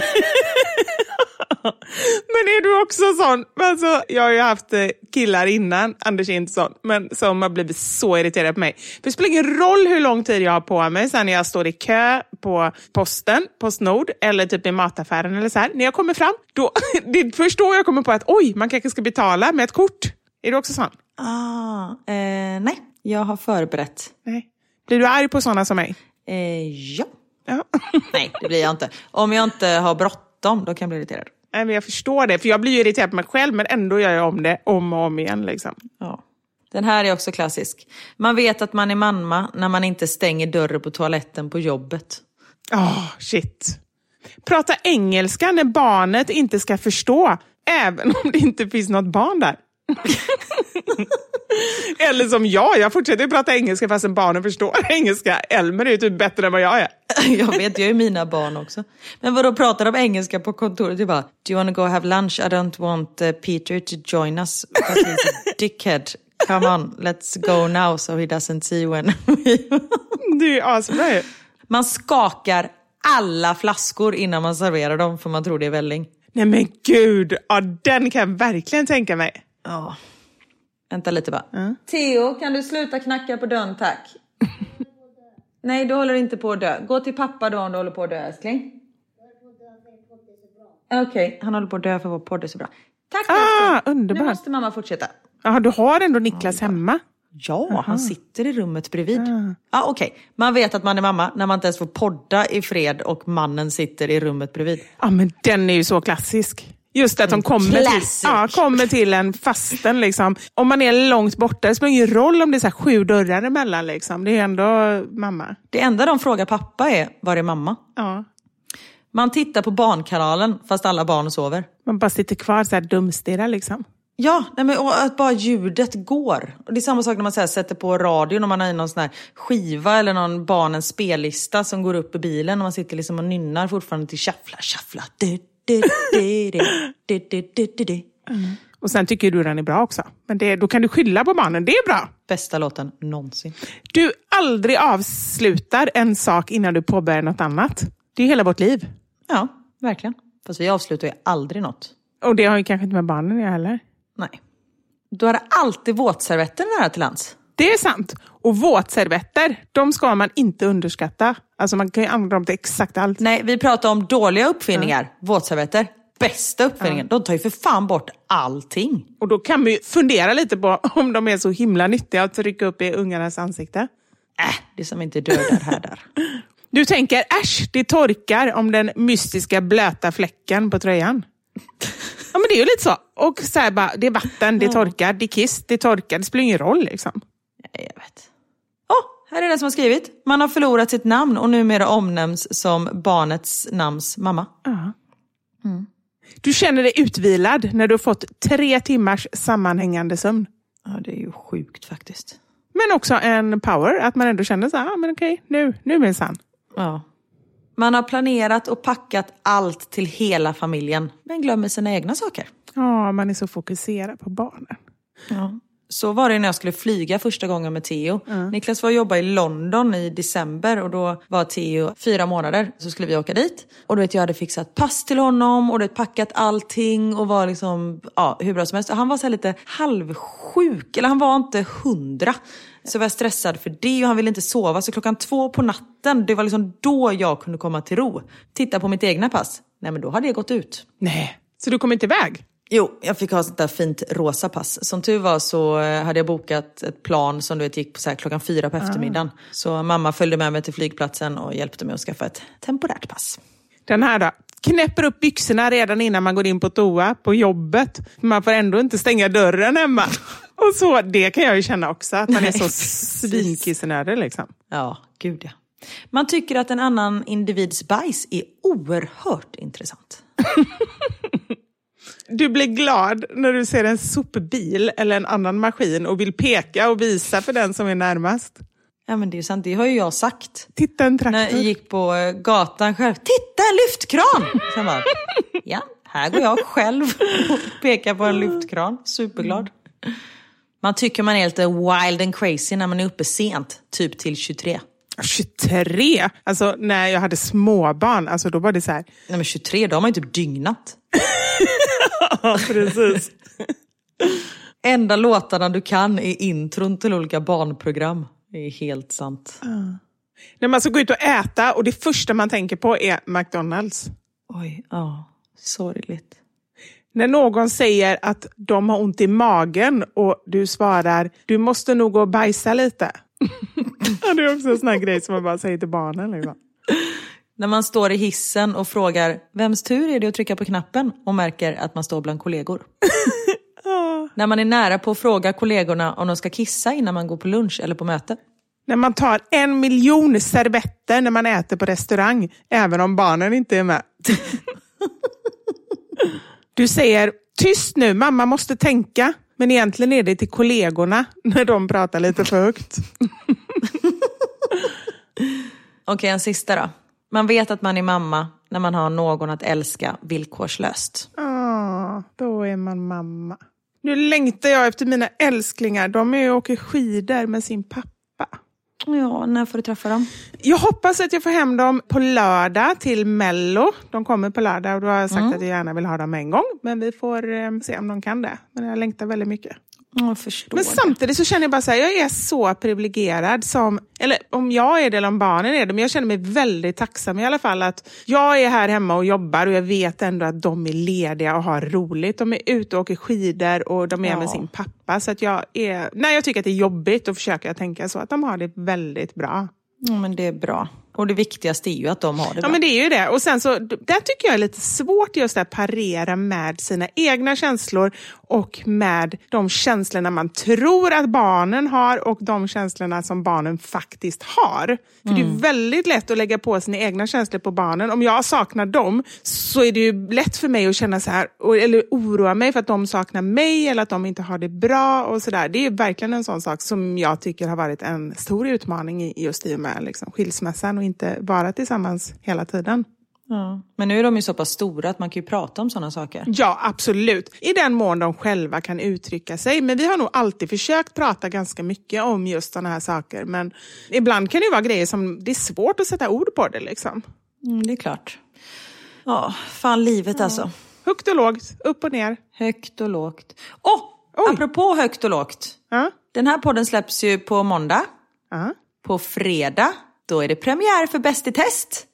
Men är du också sån? Alltså, jag har ju haft killar innan, Anders är inte sån, men som har blivit så irriterade på mig. För det spelar ingen roll hur lång tid jag har på mig sen när jag står i kö på posten, Postnord, eller typ i mataffären eller så här. När jag kommer fram, då, det är först då jag kommer på att oj, man kanske ska betala med ett kort. Är du också sån? Ah, eh, nej, jag har förberett. Nej. Blir du arg på såna som mig? Eh, ja. ja. Nej, det blir jag inte. Om jag inte har bråttom, då kan jag bli irriterad. Nej, men jag förstår det, för jag blir ju irriterad på mig själv, men ändå gör jag om det om och om igen. Liksom. Ja. Den här är också klassisk. Man vet att man är mamma när man inte stänger dörren på toaletten på jobbet. Åh, oh, shit. Prata engelska när barnet inte ska förstå, även om det inte finns något barn där. Eller som jag, jag fortsätter prata engelska fast barnen förstår engelska. Elmer är ju typ bättre än vad jag är. Jag vet, jag är mina barn också. Men vadå, pratar de engelska på kontoret? Du bara, do you want to go have lunch? I don't want uh, Peter to join us because he's a dickhead. Come on, let's go now so he doesn't see when Det är asbra. Man skakar alla flaskor innan man serverar dem, för man tror det är välling. Nej men gud, ja, den kan jag verkligen tänka mig. Ja. Vänta lite bara. Mm. Theo, kan du sluta knacka på dörren, tack? Nej, du håller inte på att dö. Gå till pappa då om du håller på att dö, älskling. Okej, okay, han håller på att dö för vår podd är så bra. Tack, ah, underbart. Nu måste mamma fortsätta. Ja, du har ändå Niklas ja, hemma? Ja, aha. Han sitter i rummet bredvid. Ja, ah, okej. Okay. Man vet att man är mamma när man inte ens får podda i fred och mannen sitter i rummet bredvid. Ja, men den är ju så klassisk. Just att de kommer till, ja, kommer till en fasten liksom. Om man är långt borta, det spelar ingen roll om det är så här sju dörrar emellan liksom. Det är ändå mamma. Det enda de frågar pappa är, var är mamma? Ja. Man tittar på barnkanalen fast alla barn sover. Man bara sitter kvar så här dumstirrar liksom. Ja, nej men, och att bara ljudet går. Och det är samma sak när man så här, sätter på radion och man har i någon sån här skiva eller någon barnens spellista som går upp i bilen och man sitter liksom och nynnar fortfarande till shuffla, shuffla. Du, du, du, du, du, du, du, du, du. Mm. Och sen tycker du den är bra också. Men det, då kan du skylla på barnen, det är bra. Bästa låten någonsin. Du aldrig avslutar en sak innan du påbörjar något annat. Det är hela vårt liv. Ja, verkligen. Fast vi avslutar ju aldrig något. Och det har ju kanske inte med barnen jag heller. Nej. Du har alltid våtservetter nära till lands. Det är sant. Och våtservetter, de ska man inte underskatta. Alltså man kan ju använda dem till exakt allt. Nej, vi pratar om dåliga uppfinningar. Ja. Våtservetter, bästa uppfinningen. Ja. De tar ju för fan bort allting. Och då kan vi fundera lite på om de är så himla nyttiga att trycka upp i ungarnas ansikte. Äh, det som inte dödar här där. Du tänker, äsch, det torkar om den mystiska blöta fläcken på tröjan. Ja, men det är ju lite så. Och så här bara, det är vatten, det torkar, det är kiss, det torkar. Det spelar ingen roll liksom. Nej, jag vet. Åh, oh, här är det som har skrivit. Man har förlorat sitt namn och numera omnämns som barnets namns mamma. Ja. Mm. Du känner dig utvilad när du har fått tre timmars sammanhängande sömn. Ja, det är ju sjukt faktiskt. Men också en power, att man ändå känner så här, ah, men okej, nu, nu minsann. Ja. Man har planerat och packat allt till hela familjen, men glömmer sina egna saker. Ja, man är så fokuserad på barnen. Ja. Så var det när jag skulle flyga första gången med Theo. Mm. Niklas var och jobba i London i december och då var Theo fyra månader. Så skulle vi åka dit. Och du vet, jag hade fixat pass till honom och du vet, packat allting och var liksom, ja, hur bra som helst. Han var så här lite halvsjuk, eller han var inte hundra. Så var jag stressad för det och han ville inte sova. Så klockan två på natten, det var liksom då jag kunde komma till ro. Titta på mitt egna pass. Nej, men då hade jag gått ut. Nej, så du kom inte iväg? Jo, jag fick ha sånt där fint rosa pass. Som tur var så hade jag bokat ett plan som du vet gick på så här klockan fyra på eftermiddagen. Ah. Så mamma följde med mig till flygplatsen och hjälpte mig att skaffa ett temporärt pass. Den här då? Knäpper upp byxorna redan innan man går in på toa på jobbet. Man får ändå inte stänga dörren hemma. Och så, det kan jag ju känna också. Att man är så svinkissenödig liksom. Ja, gud ja. Man tycker att en annan individs bajs är oerhört intressant. Du blir glad när du ser en sopbil eller en annan maskin och vill peka och visa för den som är närmast. Ja, men det är ju sant, det har ju jag sagt. Titta en traktor. När jag gick på gatan själv. Titta, en lyftkran! Så jag bara, ja, här går jag själv och pekar på en lyftkran. Superglad. Man tycker man är lite wild and crazy när man är uppe sent. Typ till tjugotre. tjugotre? Alltså när jag hade småbarn, alltså då var det så här. Nej men tjugotre, då har man ju typ dygnat. Ja, precis. Enda låtarna du kan är intron till olika barnprogram. Det är helt sant. Uh. När man ska gå ut och äta och det första man tänker på är McDonald's. Oj, ja. Oh, sorgligt. När någon säger att de har ont i magen och du svarar, du måste nog gå och bajsa lite. Ja, det är också en sån här grej som man bara säger till barnen. Liksom. När man står i hissen och frågar, vems tur är det att trycka på knappen? Och märker att man står bland kollegor. Oh. När man är nära på att fråga kollegorna om de ska kissa innan man går på lunch eller på möte. När man tar en miljon servetter när man äter på restaurang, även om barnen inte är med. Du säger, tyst nu, mamma måste tänka. Men egentligen är det till kollegorna när de pratar lite för högt. Okej, okay, en sista då. Man vet att man är mamma när man har någon att älska villkorslöst. Ja, då är man mamma. Nu längtar jag efter mina älsklingar. De är och åker skidor med sin pappa. Ja, när får du träffa dem? Jag hoppas att jag får hem dem på lördag till Mello. De kommer på lördag och då har jag sagt mm. att jag gärna vill ha dem en gång. Men vi får eh, se om de kan det. Men jag längtar väldigt mycket. Jag förstår. Men samtidigt så känner jag bara så här, jag är så privilegierad som, eller om jag är det eller om barnen är det, men jag känner mig väldigt tacksam i alla fall att jag är här hemma och jobbar och jag vet ändå att de är lediga och har roligt. De är ute och åker skidor och de är ja. med sin pappa, så att jag är, när jag tycker att det är jobbigt och försöker jag tänka så att de har det väldigt bra. Ja, men det är bra. Och det viktigaste är ju att de har det bra. Ja, men det är ju det. Och sen så, där tycker jag är lite svårt just att parera med sina egna känslor och med de känslorna man tror att barnen har och de känslorna som barnen faktiskt har. För mm. det är väldigt lätt att lägga på sina egna känslor på barnen. Om jag saknar dem så är det ju lätt för mig att känna så här, eller oroa mig för att de saknar mig eller att de inte har det bra och sådär. Det är ju verkligen en sån sak som jag tycker har varit en stor utmaning just i och med liksom, skilsmässan och inte vara tillsammans hela tiden. Ja. Men nu är de ju så pass stora att man kan ju prata om sådana saker. Ja, absolut. I den mån de själva kan uttrycka sig. Men vi har nog alltid försökt prata ganska mycket om just sådana här saker. Men ibland kan det ju vara grejer som det är svårt att sätta ord på det liksom. Mm, det är klart. Ja, fan livet ja. alltså. Högt och lågt, upp och ner. Högt och lågt. Åh, oh, apropå högt och lågt. Ja? Den här podden släpps ju på måndag. Ja? På fredag, då är det premiär för Bäst i test.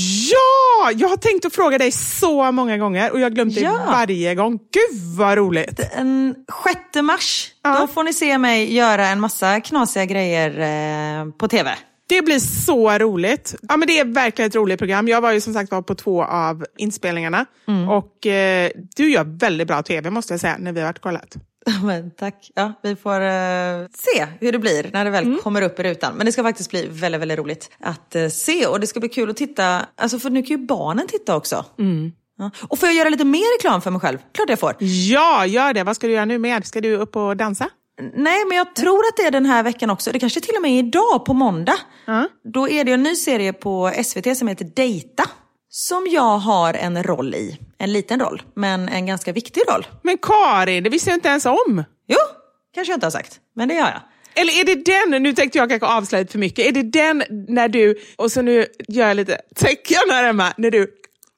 Ja, jag har tänkt att fråga dig så många gånger och jag har glömt ja. det varje gång. Gud vad roligt. Den sjätte mars, ja. då får ni se mig göra en massa knasiga grejer eh, på tv. Det blir så roligt. Ja, men det är verkligen ett roligt program. Jag var ju som sagt var på två av inspelningarna. Mm. Och eh, du gör väldigt bra tv måste jag säga när vi har varit kollat. Men tack. Ja, vi får uh, se hur det blir när det väl mm. kommer upp i rutan. Men det ska faktiskt bli väldigt, väldigt roligt att uh, se. Och det ska bli kul att titta. Alltså för nu kan ju barnen titta också. Mm. Ja. Och får jag göra lite mer reklam för mig själv? Klart jag får. Ja, gör det. Vad ska du göra nu med? Ska du upp och dansa? Nej, men jag tror att det är den här veckan också. Det kanske till och med är idag på måndag. Mm. Då är det en ny serie på S V T som heter Dejta. Som jag har en roll i. En liten roll, men en ganska viktig roll. Men Karin, det visste jag inte ens om. Jo, kanske jag inte har sagt, men det gör jag. Eller är det den, nu tänkte jag kanske avslöja för mycket. Är det den när du, och så nu gör jag lite tecken här hemma, när du...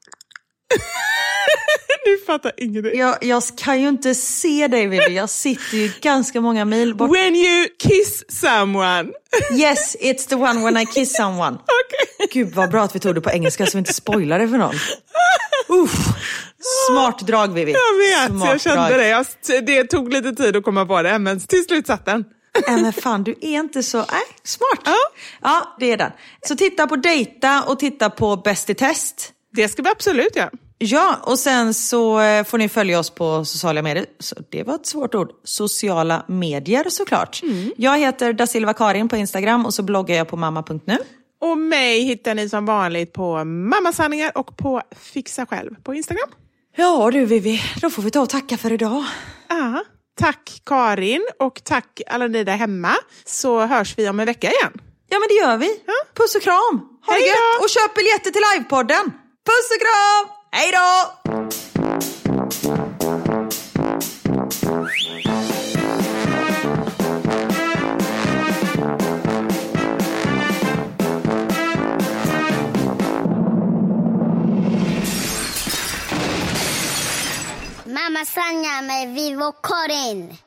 Du fattar ingenting. Jag, jag kan ju inte se dig, Vivi. Jag sitter ju ganska många mil bort. When you kiss someone. Yes, it's the one when I kiss someone. Okay. Gud vad bra att vi tog det på engelska så vi inte spoilar det för någon. Uff. Smart drag, Vivi. Jag vet, Smart jag kände drag. det. Jag, det tog lite tid att komma på det, men till slut satt den. Nej men fan, du är inte så... Nej, smart. Ja. Ja, det är den. Så titta på Dejta och titta på Bäst i test. Det ska vi absolut göra. Ja, och sen så får ni följa oss på sociala medier. Så det var ett svårt ord. Sociala medier såklart. Mm. Jag heter Da Silva Karin på Instagram och så bloggar jag på mamma punkt nu. Och mig hittar ni som vanligt på Mammasanningar och på Fixa Själv på Instagram. Ja du Vivi, då får vi ta och tacka för idag. Ja, tack Karin och tack alla ni där hemma. Så hörs vi om en vecka igen. Ja men det gör vi. Ja. Puss och kram. Ha det gött och köp biljetter till livepodden. Puss och kram. Hej då! följa med Vivo Karin.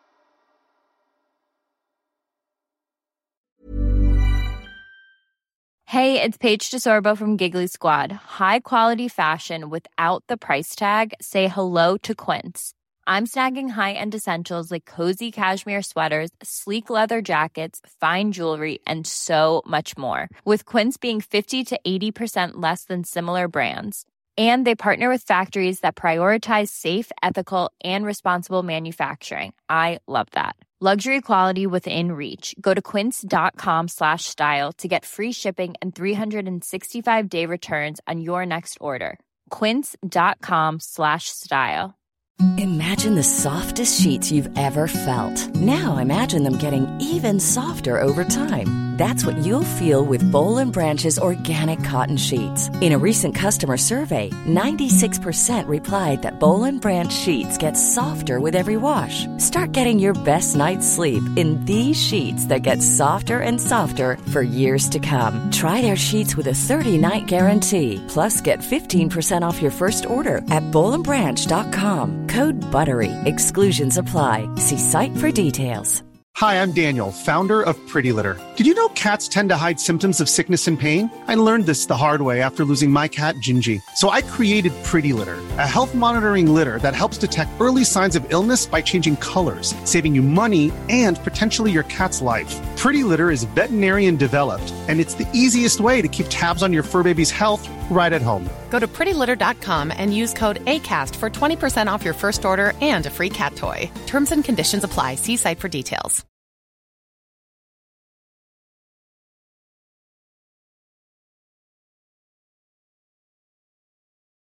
Hey, it's Paige DeSorbo from Giggly Squad. High quality fashion without the price tag. Say hello to Quince. I'm snagging high-end essentials like cozy cashmere sweaters, sleek leather jackets, fine jewelry, and so much more. With Quince being fifty to eighty percent less than similar brands. And they partner with factories that prioritize safe, ethical, and responsible manufacturing. I love that. Luxury quality within reach. Go to quince.com slash style to get free shipping and three sixty-five day returns on your next order. Quince.com slash style. Imagine the softest sheets you've ever felt. Now imagine them getting even softer over time. That's what you'll feel with Boll and Branch's organic cotton sheets. In a recent customer survey, ninety-six percent replied that Boll and Branch sheets get softer with every wash. Start getting your best night's sleep in these sheets that get softer and softer for years to come. Try their sheets with a thirty-night guarantee. Plus, get fifteen percent off your first order at boll and branch dot com. Code BUTTERY. Exclusions apply. See site for details. Hi, I'm Daniel, founder of Pretty Litter. Did you know cats tend to hide symptoms of sickness and pain? I learned this the hard way after losing my cat, Gingy. So I created Pretty Litter, a health monitoring litter that helps detect early signs of illness by changing colors, saving you money and potentially your cat's life. Pretty Litter is veterinarian developed, and it's the easiest way to keep tabs on your fur baby's health right at home. Go to pretty litter dot com and use code ACAST for twenty percent off your first order and a free cat toy. Terms and conditions apply. See site for details.